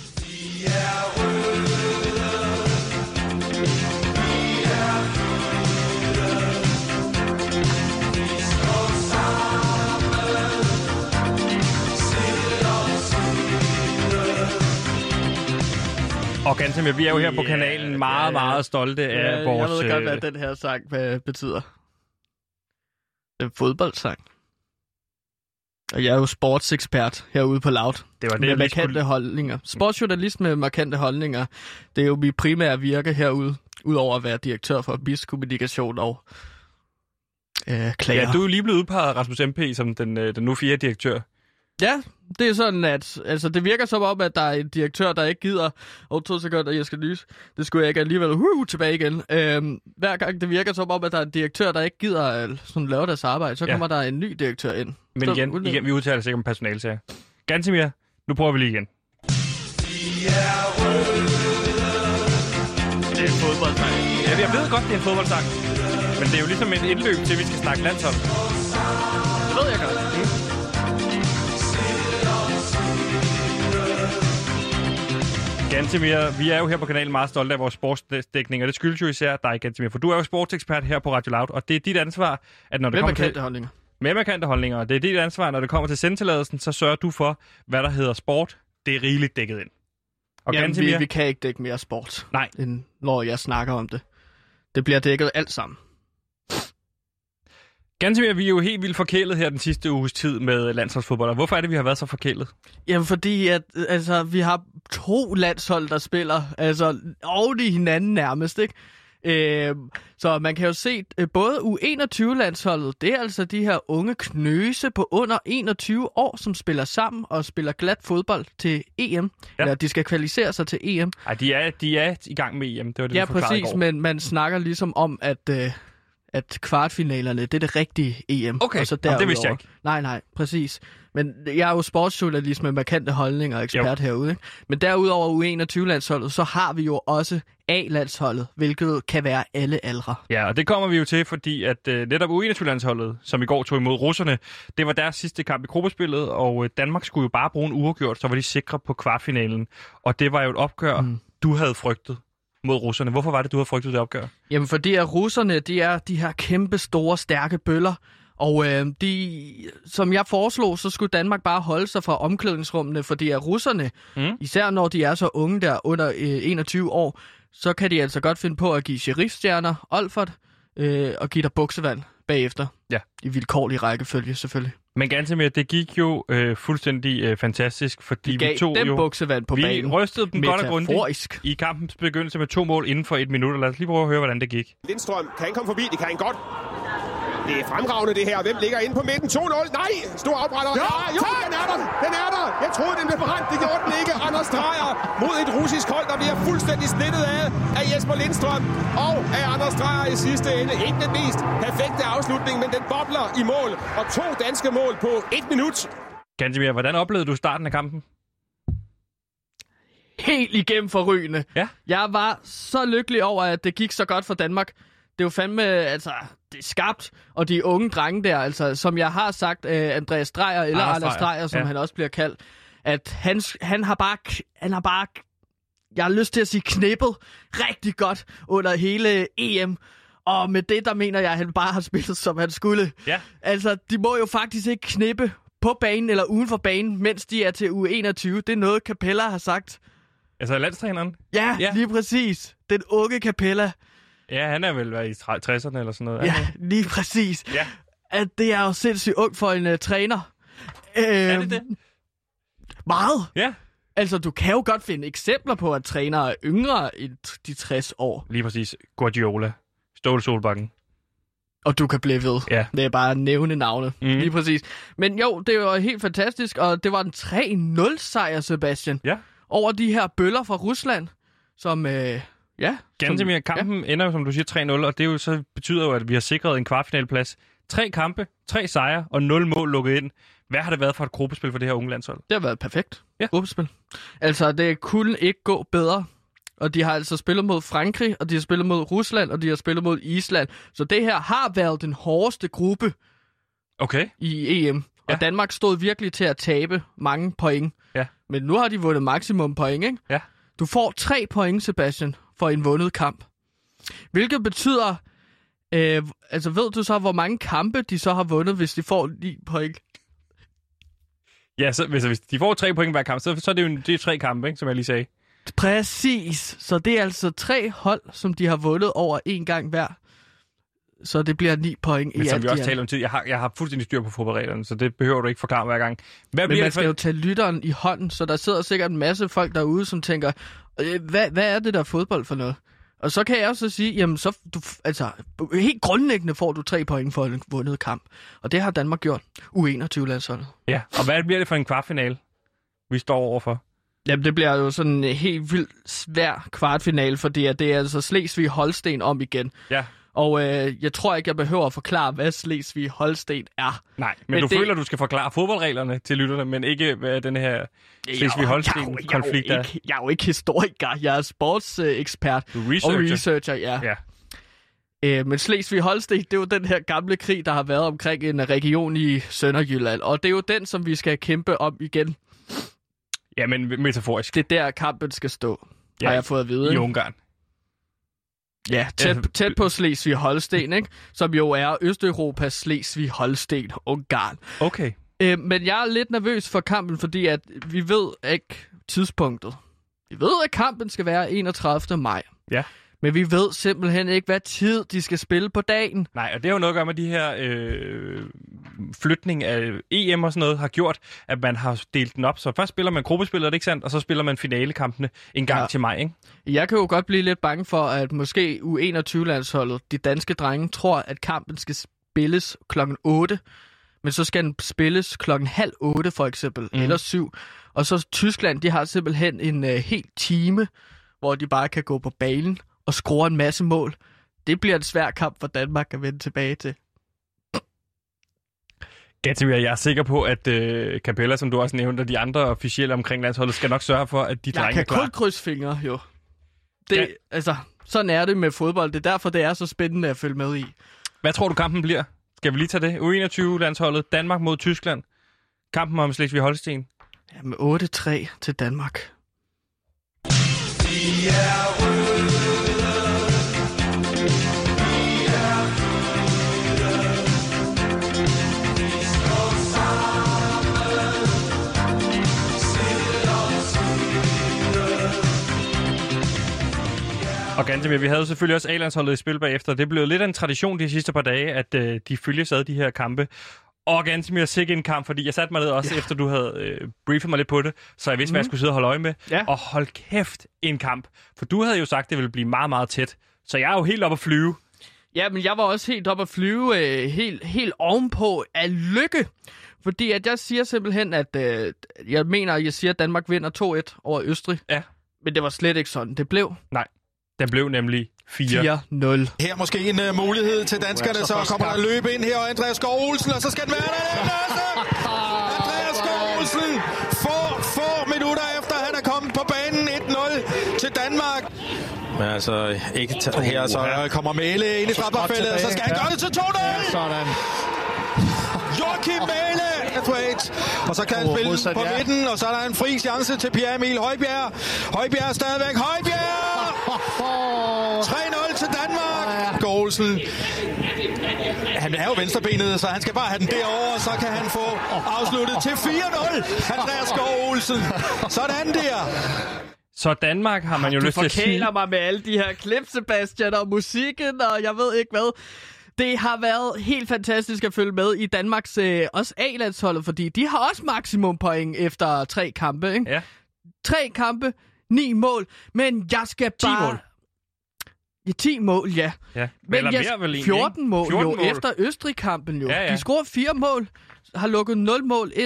Og Gantemir, vi er jo her på kanalen meget, ja, ja. meget stolte af Ja, vores... jeg ved godt, hvad øh, den her sang hvad betyder. Det er en fodboldsang. Og jeg er jo sportsekspert herude på Loud. Det var det, med jeg lige markante skulle- holdninger. Sportsjournalist med markante holdninger. Det er jo mit primære virke herude, udover at være direktør for B I S Kommunikation og øh, klager. Ja, du er jo lige blevet udpeget, Rasmus M P, som den, øh, den nu fjerde direktør. Ja, det er sådan, at altså, det virker som om, at der er en direktør, der ikke gider... Og to sekunder, jeg skal lyse. Det skulle jeg ikke alligevel uh, tilbage igen. Øhm, hver gang det virker som om, at der er en direktør, der ikke gider uh, sådan, lave deres arbejde, så Ja. kommer der en ny direktør ind. Men Så, igen, igen, vi udtaler sikkert om personalsager. Gantemir, nu prøver vi lige igen. Det er en fodboldsang. Ja, jeg ved godt, det er en fodboldsang. Men det er jo ligesom et indløb til, at vi skal snakke landshold. Det ved jeg godt. Mm. Gantemir, vi er jo her på kanalen meget stolte af vores sportsdækning, og det skyldes jo især dig, Gantemir, for du er jo sportsekspert her på Radio Loud, og det er dit ansvar, at når det Med kommer markante til... holdninger. Med markante holdninger, og det er dit ansvar, når det kommer til sendtilladelsen, så sørger du for, hvad der hedder sport. Det er rigeligt dækket ind. Og Jamen, Gantemir, vi, vi kan ikke dække mere sport, Nej. end når jeg snakker om det. Det bliver dækket alt sammen. Gantemir, vi er jo helt vildt forkælet her den sidste uges tid med landsholdsfodbold, og hvorfor er det, vi har været så forkælet? Jamen, fordi at, altså, vi har to landshold, der spiller altså, oven i hinanden nærmest, ikke? Øh, så man kan jo se, øh, både U enogtyve-landsholdet, det er altså de her unge knøse på under enogtyve år, som spiller sammen og spiller glat fodbold til E M. Ja. Eller de skal kvalificere sig til E M. Ej, de er, de er i gang med E M, det var det, Ja, du forklarede i præcis, går. men man snakker ligesom om, at... Øh, at kvartfinalerne, det er det rigtige E M. Okay, og så Jamen, det vidste jeg derudover- ikke. Nej, nej, præcis. Men jeg er jo sportsjournalist med markante holdninger og ekspert Jo. herude. Ikke? Men derudover U enogtyve-landsholdet, så har vi jo også A-landsholdet, hvilket kan være alle aldre. Ja, og det kommer vi jo til, fordi at øh, netop U enogtyve-landsholdet, som i går tog imod russerne, det var deres sidste kamp i gruppespillet, og øh, Danmark skulle jo bare bruge en uafgjort, så var de sikre på kvartfinalen. Og det var jo et opgør, mm. du havde frygtet mod russerne. Hvorfor var det, du havde frygtet det opgør? Jamen, fordi at russerne, de er de her kæmpe, store, stærke bøller. Og øh, de, som jeg foreslog, så skulle Danmark bare holde sig fra omklædningsrummene, fordi at russerne, Mm. især når de er så unge der under øh, enogtyve år, så kan de altså godt finde på at give sheriffstjerner, Olfert, øh, og give dig buksevand bagefter. Ja. I vilkårlig rækkefølge, selvfølgelig. Men Gantemir, det gik jo øh, fuldstændig øh, fantastisk, fordi De gav vi tog dem jo... buksevand på vi banen. rystede dem godt og grundigt Metaforisk. i kampens begyndelse med to mål inden for et minut, og lad os lige prøve at høre, hvordan det gik. Lindstrøm, kan han komme forbi? Det kan han godt. Det er fremragende det her. Hvem ligger inde på midten? to nul. Nej! Stor opretter. Ja, jo, den er der! Den er der! Jeg troede, den blev brændt. Det gjorde den ikke. Anders Dreyer mod et russisk hold, der bliver fuldstændig snittet af af Jesper Lindstrøm og af Anders Dreyer i sidste ende. Ikke den mest perfekte afslutning, men den bobler i mål. Og to danske mål på et minut. Gantemir, hvordan oplevede du starten af kampen? Helt igennem forrygende. Ja. Jeg var så lykkelig over, at det gik så godt for Danmark. Det er jo fandme, altså, det er skabt. Og de unge drenge der, altså, som jeg har sagt, uh, Andreas Dreyer, eller Anders Anders Dreyer, Dreyer, som ja. han også bliver kaldt, at han, han har bare, han har bare, jeg har lyst til at sige knippet rigtig godt under hele E M. Og med det, der mener jeg, at han bare har spillet, som han skulle. Ja. Altså, de må jo faktisk ikke knippe på banen eller uden for banen, mens de er til U enogtyve. Det er noget, Capella har sagt. Altså landstræneren? Ja, Ja. ja, lige præcis. Den unge Capella. Ja, han er vel været i tresserne eller sådan noget. Ja, lige præcis. Ja. At det er jo sindssygt ung for en uh, træner. Øh, Er det det? Meget. Ja, Altså, du kan jo godt finde eksempler på, at trænere er yngre end de tres år. lige præcis. Guardiola. Ståle Solbakken. Og du kan blive ved Ja. med bare at nævne navne. Mhm. Mm. Lige præcis. Men jo, det var helt fantastisk, og det var en tre nul sejr, Sebastian. Ja. over de her bøller fra Rusland, som... Øh, ja, Gantemir, kampen ja. ender jo, som du siger, tre nul, og det er jo, så betyder jo, at vi har sikret en kvartfinaleplads. Tre kampe, tre sejre og nul mål lukket ind. Hvad har det været for et gruppespil for det her unge landshold? Det har været perfekt ja. gruppespil. Altså, det kunne ikke gå bedre. Og de har altså spillet mod Frankrig, og de har spillet mod Rusland, og de har spillet mod Island. Så det her har været den hårdeste gruppe okay. i E M. Ja. Og Danmark stod virkelig til at tabe mange point. Ja. Men nu har de vundet maksimum point, ikke? Ja. Du får tre point, Sebastian, for en vundet kamp. Hvilket betyder... Øh, altså, ved du så, hvor mange kampe de så har vundet, hvis de får ni point? Ja, så hvis, hvis de får tre point hver kamp, så, så er det jo det er tre kampe, ikke, som jeg lige sagde. Præcis. Så det er altså tre hold, som de har vundet over en gang hver. Så det bliver ni point Men i som alt. vi også taler om tid, jeg har, jeg har fuldstændig styr på fodboldreglerne, så det behøver du ikke forklare hver gang. Hvad Men bliver man det for... skal jo tage lytteren i hånden, så der sidder sikkert en masse folk derude, som tænker, hvad, hvad er det der fodbold for noget? Og så kan jeg også sige, jamen så, du, altså, helt grundlæggende får du tre point for en vundet kamp. Og det har Danmark gjort. U enogtyve-landsholdet. Ja, og hvad bliver det for en kvartfinale, vi står overfor? Jamen, det bliver jo sådan en helt vildt svær kvartfinale, fordi det er altså Slesvig-Holsten om igen. Ja. Og øh, jeg tror ikke, jeg behøver at forklare, hvad Slesvig-Holsten er. Nej, men, men du det... føler, du skal forklare fodboldreglerne til lytterne, men ikke hvad den her Slesvig-Holsten-konflikt er. Jeg, jeg er jo ikke historiker, jeg er sportsekspert researcher. og researcher, ja. ja. Øh, men Slesvig-Holsten, det er jo den her gamle krig, der har været omkring en region i Sønderjylland. Og det er jo den, som vi skal kæmpe om igen. Ja, men metaforisk. Det er der, kampen skal stå, ja, har jeg fået at vide. I Ungarn. Ja, tæt, tæt på Slesvig-Holsten, ikke? Som jo er Østeuropas Slesvig-Holsten, Ungarn. Okay. Øh, men jeg er lidt nervøs for kampen, fordi at vi ved ikke tidspunktet. Vi ved, at kampen skal være enogtredivte maj. Ja. Men vi ved simpelthen ikke, hvad tid de skal spille på dagen. Nej, og det har jo noget at gøre med de her øh, flytning af E M og sådan noget, har gjort, at man har delt den op. Så først spiller man gruppespillet, er det ikke sandt? Og så spiller man finalekampene en gang ja. til maj, ikke? Jeg kan jo godt blive lidt bange for, at måske U enogtyve-landsholdet, de danske drenge, tror, at kampen skal spilles klokken otte. Men så skal den spilles klokken halv otte, for eksempel, mm. eller syv. Og så Tyskland, de har simpelthen en øh, hel time, hvor de bare kan gå på banen og score en masse mål. Det bliver en svær kamp for Danmark at vende tilbage til. Gantemir, jeg er sikker på, at øh, Capella, som du også nævnte, og de andre officielle omkring landsholdet, skal nok sørge for, at de drenge er klar. Jeg kan kun krydse fingre, jo. Det, ja. Altså, sådan er det med fodbold. Det er derfor, det er så spændende at følge med i. Hvad tror du, kampen bliver? Skal vi lige tage det? U enogtyve-landsholdet, Danmark mod Tyskland. Kampen om Slesvig-Holsten. Ja, med otte tre til Danmark. Vi er røde. Og Gantemir, vi havde selvfølgelig også A-landsholdet i spil bagefter. Det blev lidt af en tradition de sidste par dage, at øh, de følges ad de her kampe. Og Gantemir, sikke en kamp, fordi jeg satte mig ned også, ja. efter du havde øh, briefet mig lidt på det, så jeg vidste, mm. hvad jeg skulle sidde og holde øje med. Ja. Og hold kæft, en kamp. For du havde jo sagt, at det ville blive meget, meget tæt. Så jeg er jo helt oppe at flyve. Ja, men jeg var også helt oppe at flyve, øh, helt, helt ovenpå af lykke. Fordi at jeg siger simpelthen, at øh, jeg mener, at jeg siger, at Danmark vinder to et over Østrig. Ja. Men det var slet ikke sådan, det blev. Nej. Den blev nemlig fire nul. Her måske en uh, mulighed til danskerne, så kommer der løb ind her, og Andreas Skov Olsen, og så skal den være der. Andreas Skov Olsen får få minutter efter, han er kommet på banen et nul til Danmark. Men altså, ikke t- her, så kommer Mæle ind i strafferfeltet, og så skal han gøre det til to nul. Ja, sådan. Joachim Mæle! Og så kan han spille den på midten, og så er der en fri chance til Pierre Emil Højbjerg. Højbjerg er stadigvæk. Højbjerg! tre nul til Danmark. Olsen. Han er jo venstrebenet, så han skal bare have den derovre, og så kan han få afsluttet til fire nul. Andreas Skov Olsen. Sådan der. Så Danmark har man jo du lyst til at sige... Du forkæler mig med alle de her klip, Sebastian, og musikken, og jeg ved ikke hvad. Det har været helt fantastisk at følge med i Danmarks øh, også A-landsholdet, fordi de har også maksimum point efter tre kampe, ikke? Ja. Tre kampe, ni mål, men jeg skal ti bare... mål. Ja, ti mål, ja. ja. Men jeg... jeg... vel fjorten mål fjorten jo, mål. efter Østrig-kampen jo. Ja, ja. De scorer fire mål, har lukket nul mål ind.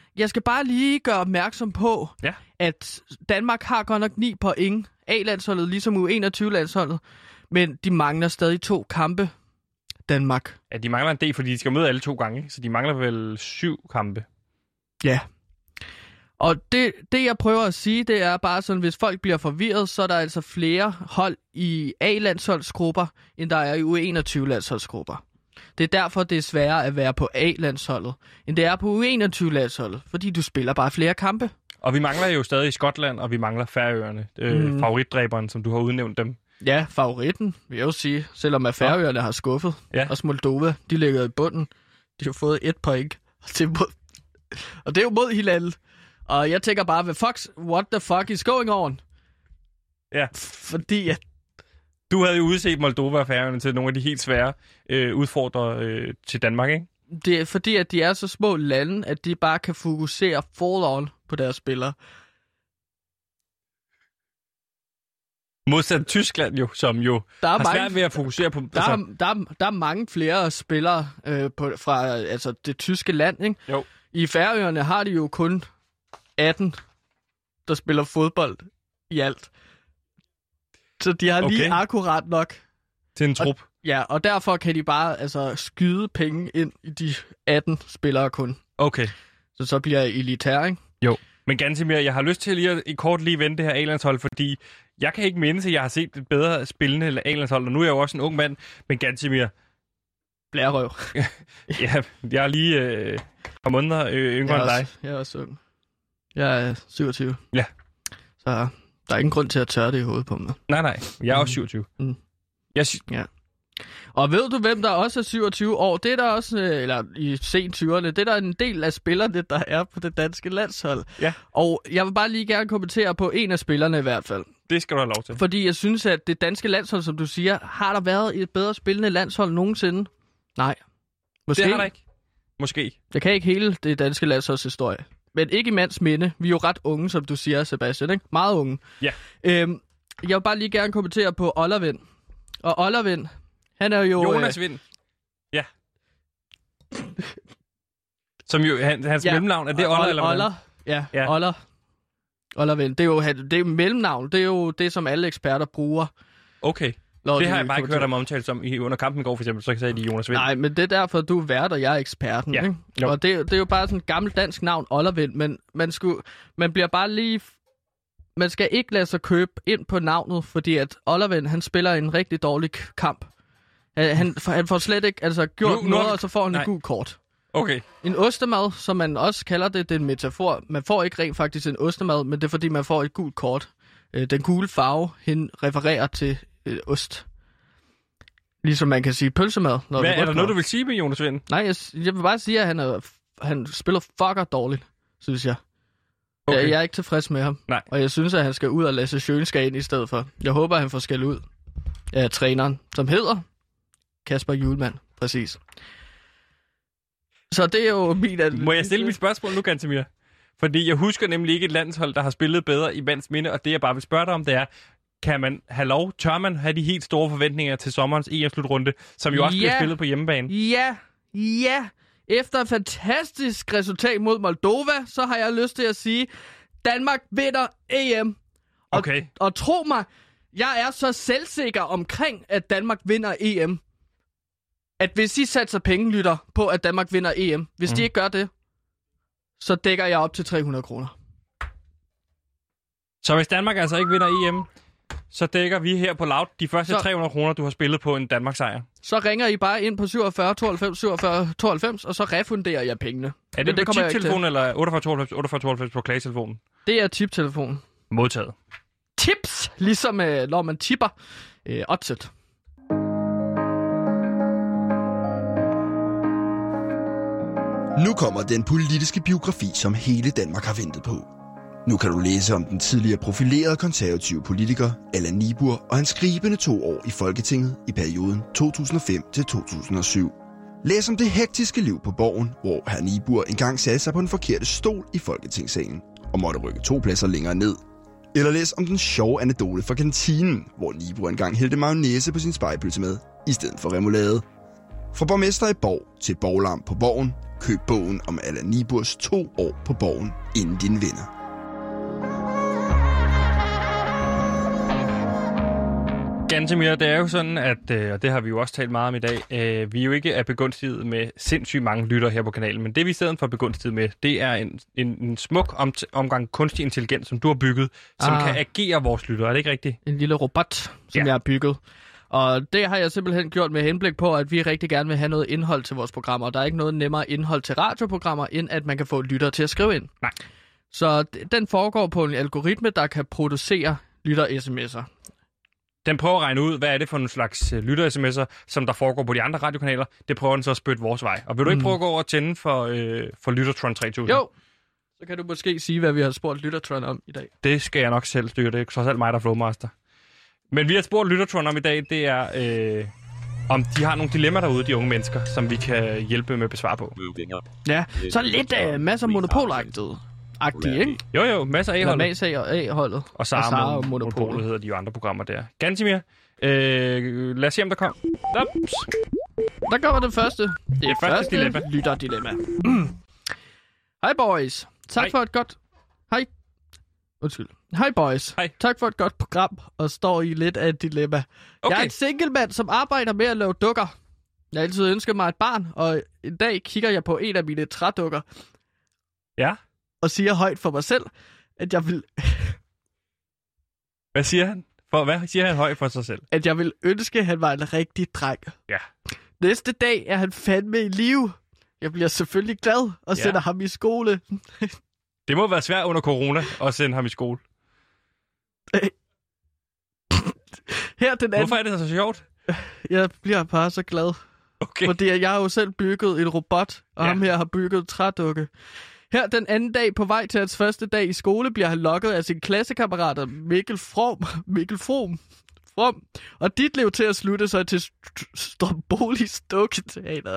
jeg skal bare lige gøre opmærksom på, ja. at Danmark har godt nok ni point. A-landsholdet, ligesom U enogtyve-landsholdet. Men de mangler stadig to kampe, Danmark. Ja, de mangler en del, fordi de skal møde alle to gange, så de mangler vel syv kampe. Ja. Og det, det, jeg prøver at sige, det er bare sådan, hvis folk bliver forvirret, så er der altså flere hold i A-landsholdsgrupper, end der er i U enogtyve-landsholdsgrupper. Det er derfor, det er sværere at være på A-landsholdet, end det er på U enogtyve-landsholdet, fordi du spiller bare flere kampe. Og vi mangler jo stadig Skotland, og vi mangler Færøerne, øh, mm. favoritdræberen, som du har udnævnt dem. Ja, favoritten, vil jeg jo sige, selvom at Færøerne har skuffet. Ja. Også Moldova, de ligger i bunden. De har fået et point. Og det er jo mod hinanden. Og jeg tænker bare, hvad fuck, what the fuck is going on? Ja. Fordi at... Du havde jo udset Moldova og Færøerne til nogle af de helt svære øh, udfordrere øh, til Danmark, ikke? Det er fordi, at de er så små lande, at de bare kan fokusere full on på deres spillere. Modsat Tyskland jo, som jo der er har mange, svært ved at fokusere på... Der, altså... er, der, er, der er mange flere spillere øh, på, fra altså, det tyske land, ikke? Jo. I Færøerne har de jo kun atten, der spiller fodbold i alt. Så de har lige okay. akkurat nok. Til en trup. Og, ja, og derfor kan de bare altså skyde penge ind i de atten spillere kun. Okay. Så så bliver jeg elitær, ikke? Jo. Men Gantemir, jeg har lyst til lige at i kort lige vende det her A-landshold, fordi jeg kan ikke mindes, at jeg har set et bedre spillende A-landshold, og nu er jeg jo også en ung mand, men Gantemir... Blærerøv. Ja, jeg er lige øh, et par måneder øh, yngre end dig. Jeg er også ung. Jeg er syvogtyve. Ja. Så der er ingen grund til at tørre det i hovedet på mig. Nej, nej. Jeg er også syvogtyve. Mm. Jeg sy- ja. Og ved du, hvem der også er syvogtyve år? Det er der også, eller i sent tyverne, det er der en del af spillerne, der er på det danske landshold. Ja. Og jeg vil bare lige gerne kommentere på en af spillerne i hvert fald. Det skal du have lov til. Fordi jeg synes, at det danske landshold, som du siger, har der været et bedre spillende landshold nogensinde? Nej. Måske. Det har der ikke. Måske. Jeg kan ikke hele det danske landsholds historie. Men ikke i mands minde. Vi er jo ret unge, som du siger, Sebastian, ikke? Meget unge. Ja. Øhm, jeg vil bare lige gerne kommentere på Ollervind. Og Ollervind, han er jo... Jonas Vind. Ja. Som jo, han, hans ja. mellemnavn, er det Oller, eller hvad? Oller, ja. ja. Oller. Ollervind. Det er jo det er jo mellemnavn. Det er jo det, som alle eksperter bruger. Okay. Når det de har jeg bare ikke hørt om omtalt som i, under kampen i går, for eksempel. Så kan jeg sige, Jonas Vind. Nej, men det er derfor, du er vært, og jeg er eksperten. Ja. Ikke? Og det, det er jo bare sådan et gammelt dansk navn, Ollervind. Men man, skulle, man bliver bare lige... Man skal ikke lade sig købe ind på navnet, fordi at Ollervind, han spiller en rigtig dårlig kamp. Han, han får slet ikke altså, gjort nu, noget, nu... og så får han nej. en gul kort. Okay. En ostemad, som man også kalder det, det er en metafor. Man får ikke rent faktisk en ostemad, men det er fordi, man får et gult kort. Den gule farve, hen refererer til øh, ost. Ligesom man kan sige pølsemad. Når Hvad, det er der noget, du vil sige med Jonas Vind? Nej, jeg, jeg vil bare sige, at han, er, han spiller fucker dårligt, synes jeg. Okay. Jeg, jeg er ikke tilfreds med ham. Nej. Og jeg synes, at han skal ud og Lasse Schønskær ind i stedet for. Jeg håber, at han får skæld ud af træneren, som hedder Kasper Hjulmand. Præcis. Så det er jo min... At... Må jeg stille mit spørgsmål nu, Gantemir? Fordi jeg husker nemlig ikke et landshold, der har spillet bedre i mands minde, og det jeg bare vil spørge dig om, det er, kan man have lov, tør man have de helt store forventninger til sommerens E M-slutrunde, som jo også ja. bliver spillet på hjemmebane? Ja, ja. Efter et fantastisk resultat mod Moldova, så har jeg lyst til at sige, Danmark vinder E M. Og, okay. Og tro mig, jeg er så selvsikker omkring, at Danmark vinder E M, at hvis I satser penge, lytter, på, at Danmark vinder E M, hvis mm. de ikke gør det, så dækker jeg op til tre hundrede kroner. Så hvis Danmark altså ikke vinder E M, så dækker vi her på Loud de første så, tre hundrede kroner, du har spillet på en Danmark sejr. Så ringer I bare ind på syvogfyrre tooghalvfems syvogfyrre tooghalvfems, og så refunderer jeg pengene. Er det, det på tip-telefonen eller otteogfyrre tooghalvfems otteogfyrre tooghalvfems på klagetelefonen? Det er tip-telefonen. Modtaget. Tips, ligesom øh, når man tipper øh, oddset. Nu kommer den politiske biografi, som hele Danmark har ventet på. Nu kan du læse om den tidligere profilerede konservative politiker Allan Niburg og hans skribende to år i Folketinget i perioden to tusind og fem til to tusind og syv. Læs om det hektiske liv på Borgen, hvor hr. Niburg engang satte sig på den forkerte stol i Folketingssalen og måtte rykke to pladser længere ned. Eller læs om den sjove anekdote fra kantinen, hvor Niburg engang hældte mayonnaise på sin spegepølse med, i stedet for remoulade. Fra borgmester i Borg til borglarm på Borgen. Køb bogen om Allan Niburs to år på Borgen, inden din vinder. Gantemir, det er jo sådan, at, øh, og det har vi jo også talt meget om i dag, øh, vi jo ikke er begunstiget med sindssygt mange lytter her på kanalen, men det vi i stedet for er begunstiget med, det er en, en, en smuk om, omgang kunstig intelligens, som du har bygget, som ah. kan agere vores lytter. Er det ikke rigtigt? En lille robot, som ja. jeg har bygget. Og det har jeg simpelthen gjort med henblik på, at vi rigtig gerne vil have noget indhold til vores programmer. Og der er ikke noget nemmere indhold til radioprogrammer, end at man kan få lyttere til at skrive ind. Nej. Så den foregår på en algoritme, der kan producere lytter-sms'er. Den prøver at regne ud, hvad er det for en slags lytter-sms'er, som der foregår på de andre radiokanaler. Det prøver den så at spytte vores vej. Og vil du ikke mm. prøve at gå over og tænde for, øh, for Lyttertron tre tusind? Jo. Så kan du måske sige, hvad vi har spurgt Lyttertron om i dag. Det skal jeg nok selv styre. Det er trods alt mig, der er flowmaster. Men vi har spurgt Lyttertron om i dag, det er, øh, om de har nogle dilemmaer derude, de unge mennesker, som vi kan hjælpe med at besvare på. Ja, så lidt øh, masser af monopolagtigt. Agtigt, ikke? Jo, jo, masser af A-holdet. Masser af A-holdet. Og Sara og Monopolet hedder de jo andre programmer der. Gantemir, øh, lad os se, om der kommer. Ups. Der kommer det første. Det, det er første, første dilemma. Lytter-dilemma. Hej, boys. Tak Hej. for et godt... Hej. Undskyld. Hej, boys. Hej. Tak for et godt program, og står i lidt af et dilemma. Okay. Jeg er en single mand, som arbejder med at lave dukker. Jeg har altid ønsket mig et barn, og en dag kigger jeg på en af mine trædukker. Ja. Og siger højt for mig selv, at jeg vil... Hvad siger han? For, hvad siger han højt for sig selv? At jeg vil ønske, at han var en rigtig dreng. Ja. Næste dag er han fandme i live. Jeg bliver selvfølgelig glad og ja. sender ham i skole. Det må være svært under corona at sende ham i skole. Her den anden... Hvorfor er det så sjovt? Jeg bliver bare så glad. Okay. Fordi jeg har jo selv bygget en robot, og ja. ham her har bygget en trædukke. Her den anden dag på vej til hans første dag i skole, bliver han lokket af sine klassekammerater Mikkel From, Mikkel From, From og Ditlev til at slutte sig til Strombolis Dukketeater.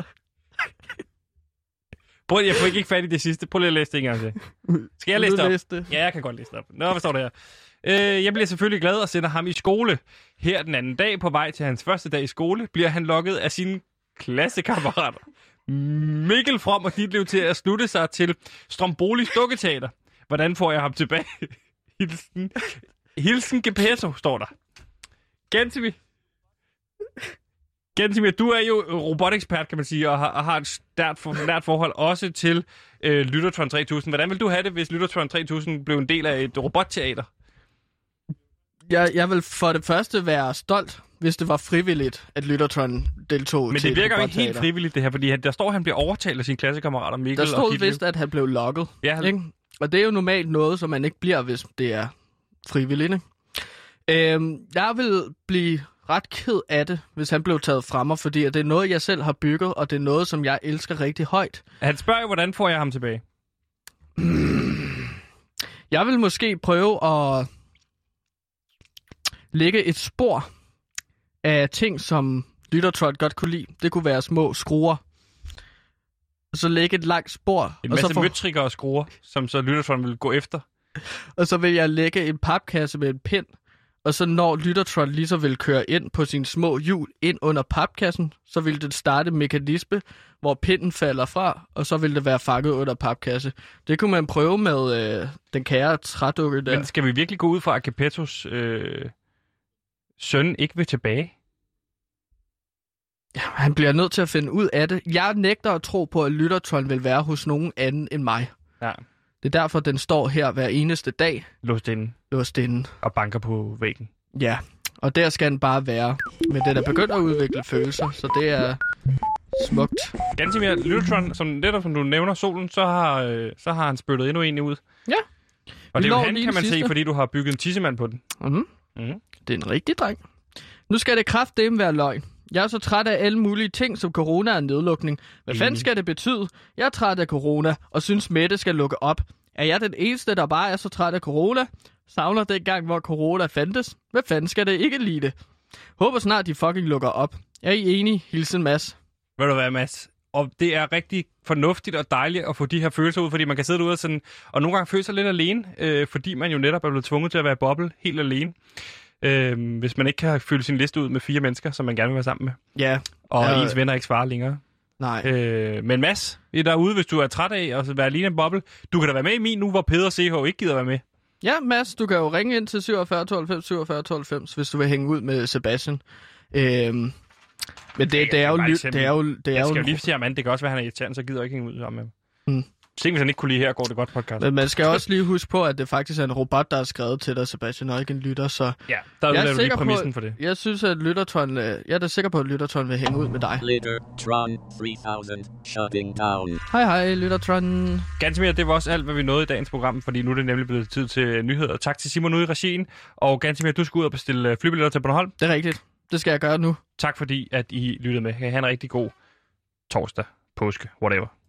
Prøv, jeg får ikke fat i det sidste. Prøv lige at læse det en gang til. Skal jeg læse det op? Læse det? Ja, jeg kan godt læse det op. Nå, hvad står der her? Øh, jeg bliver selvfølgelig glad og sender ham i skole. Her den anden dag på vej til hans første dag i skole, bliver han lokket af sine klassekammerater Mikkel From og Ditlev til at slutte sig til Strombolis Dukketeater. Hvordan får jeg ham tilbage? Hilsen, Hilsen Gepetto, står der. Gantemir. Gantemir, du er jo robotekspert, kan man sige, og har, og har et stærkt for, nært forhold også til øh, Lyttertron tre tusind. Hvordan vil du have det, hvis Lyttertron tre tusind blev en del af et robotteater? Jeg, jeg vil for det første være stolt, hvis det var frivilligt, at Lyttertron deltog Men til det virker jo ikke helt frivilligt, det her, fordi der står, at han bliver overtalt af sine klassekammerater Mikkel og Der stod stod vist, at han blev lokket. Ja, han... ikke? Og det er jo normalt noget, som man ikke bliver, hvis det er frivilligt. Ikke? Øhm, jeg vil blive ret ked af det, hvis han blev taget fra mig, fordi det er noget, jeg selv har bygget, og det er noget, som jeg elsker rigtig højt. Han spørger jo, hvordan får jeg ham tilbage? Jeg vil måske prøve at lægge et spor af ting, som Lyttertron godt kunne lide. Det kunne være små skruer. Og så lægge et langt spor. En masse møtrikker og skruer, som så Lyttertron vil gå efter. Og så vil jeg lægge en papkasse med en pind. Og så når Lyttertron lige så vil køre ind på sine små hjul ind under papkassen, så vil det starte en mekanisme, hvor pinden falder fra, og så vil det være fanget under papkasse. Det kunne man prøve med øh, den kære trædukke der. Men skal vi virkelig gå ud fra, at Gepettos øh, søn ikke vil tilbage? Ja, han bliver nødt til at finde ud af det. Jeg nægter at tro på, at Lyttertron vil være hos nogen anden end mig. Ja. Det er derfor, den står her hver eneste dag. Låst inde. Låst inde. Og banker på væggen. Ja, og der skal den bare være. Men den er begyndt at udvikle følelser, så det er smukt. Gantemir, Lyttertron, som netop som du nævner solen, så har, øh, så har han spyttet endnu en ud. Ja. Og det er jo han, kan man se, fordi du har bygget en tissemand på den. Mm-hmm. Mm-hmm. Det er en rigtig dreng. Nu skal det kraftedeme være løgn. Jeg er så træt af alle mulige ting, som corona og nedlukning. Hvad fanden skal det betyde? Jeg er træt af corona, og synes Mette skal lukke op. Er jeg den eneste, der bare er så træt af corona? Savner den gang, hvor corona fandtes? Hvad fanden skal det ikke lide det? Håber snart, de fucking lukker op. Er I enige? Hilsen Mads. Ved du hvad, Mads? Og det er rigtig fornuftigt og dejligt at få de her følelser ud, fordi man kan sidde derude og, sådan, og nogle gange føle sig lidt alene, øh, fordi man jo netop er blevet tvunget til at være i boble helt alene. Øh, hvis man ikke kan fylde sin liste ud med fire mennesker, som man gerne vil være sammen med. Ja. Og Ja. ens venner ikke svarer længere. Nej. Øh, men Mads, I er derude, hvis du er træt af at være alene en boble. Du kan da være med i min nu, hvor Peder C H ikke gider være med. Ja, Mads, du kan jo ringe ind til syvogfyrre tooghalvfems syvogfyrre tooghalvfems, hvis du vil hænge ud med Sebastian. Øhm, men det, det, er jo bare ly- eksempel. det er jo det er Jeg jo skal jo en- lige sige, at det kan også være, at han er irriterende, så gider jeg ikke hænge ud sammen med ham. Mm. Tænk, hvis han ikke kunne lide her, går det godt podcast. Men man skal også lige huske på, at det faktisk er en robot, der er skrevet til dig, Sebastian, og ikke en lytter, så... Ja, der er jeg du lige sikker præmissen på, for det. Jeg synes, at Lyttertron... øh, Jeg er da sikker på, at Lyttertron vil hænge ud med dig. Lyttertron tre tusind shutting down. Hej hej, Lyttertron. Ganske mere, det var også alt, hvad vi nåede i dagens program, fordi nu er det nemlig blevet tid til nyheder. Tak til Simon ude i regien, og ganske mere, du skal ud og bestille flybilletter til Bornholm. Det er rigtigt. Det skal jeg gøre nu. Tak fordi, at I lyttede med. Kan I have en rigtig god torsdag, påske, whatever.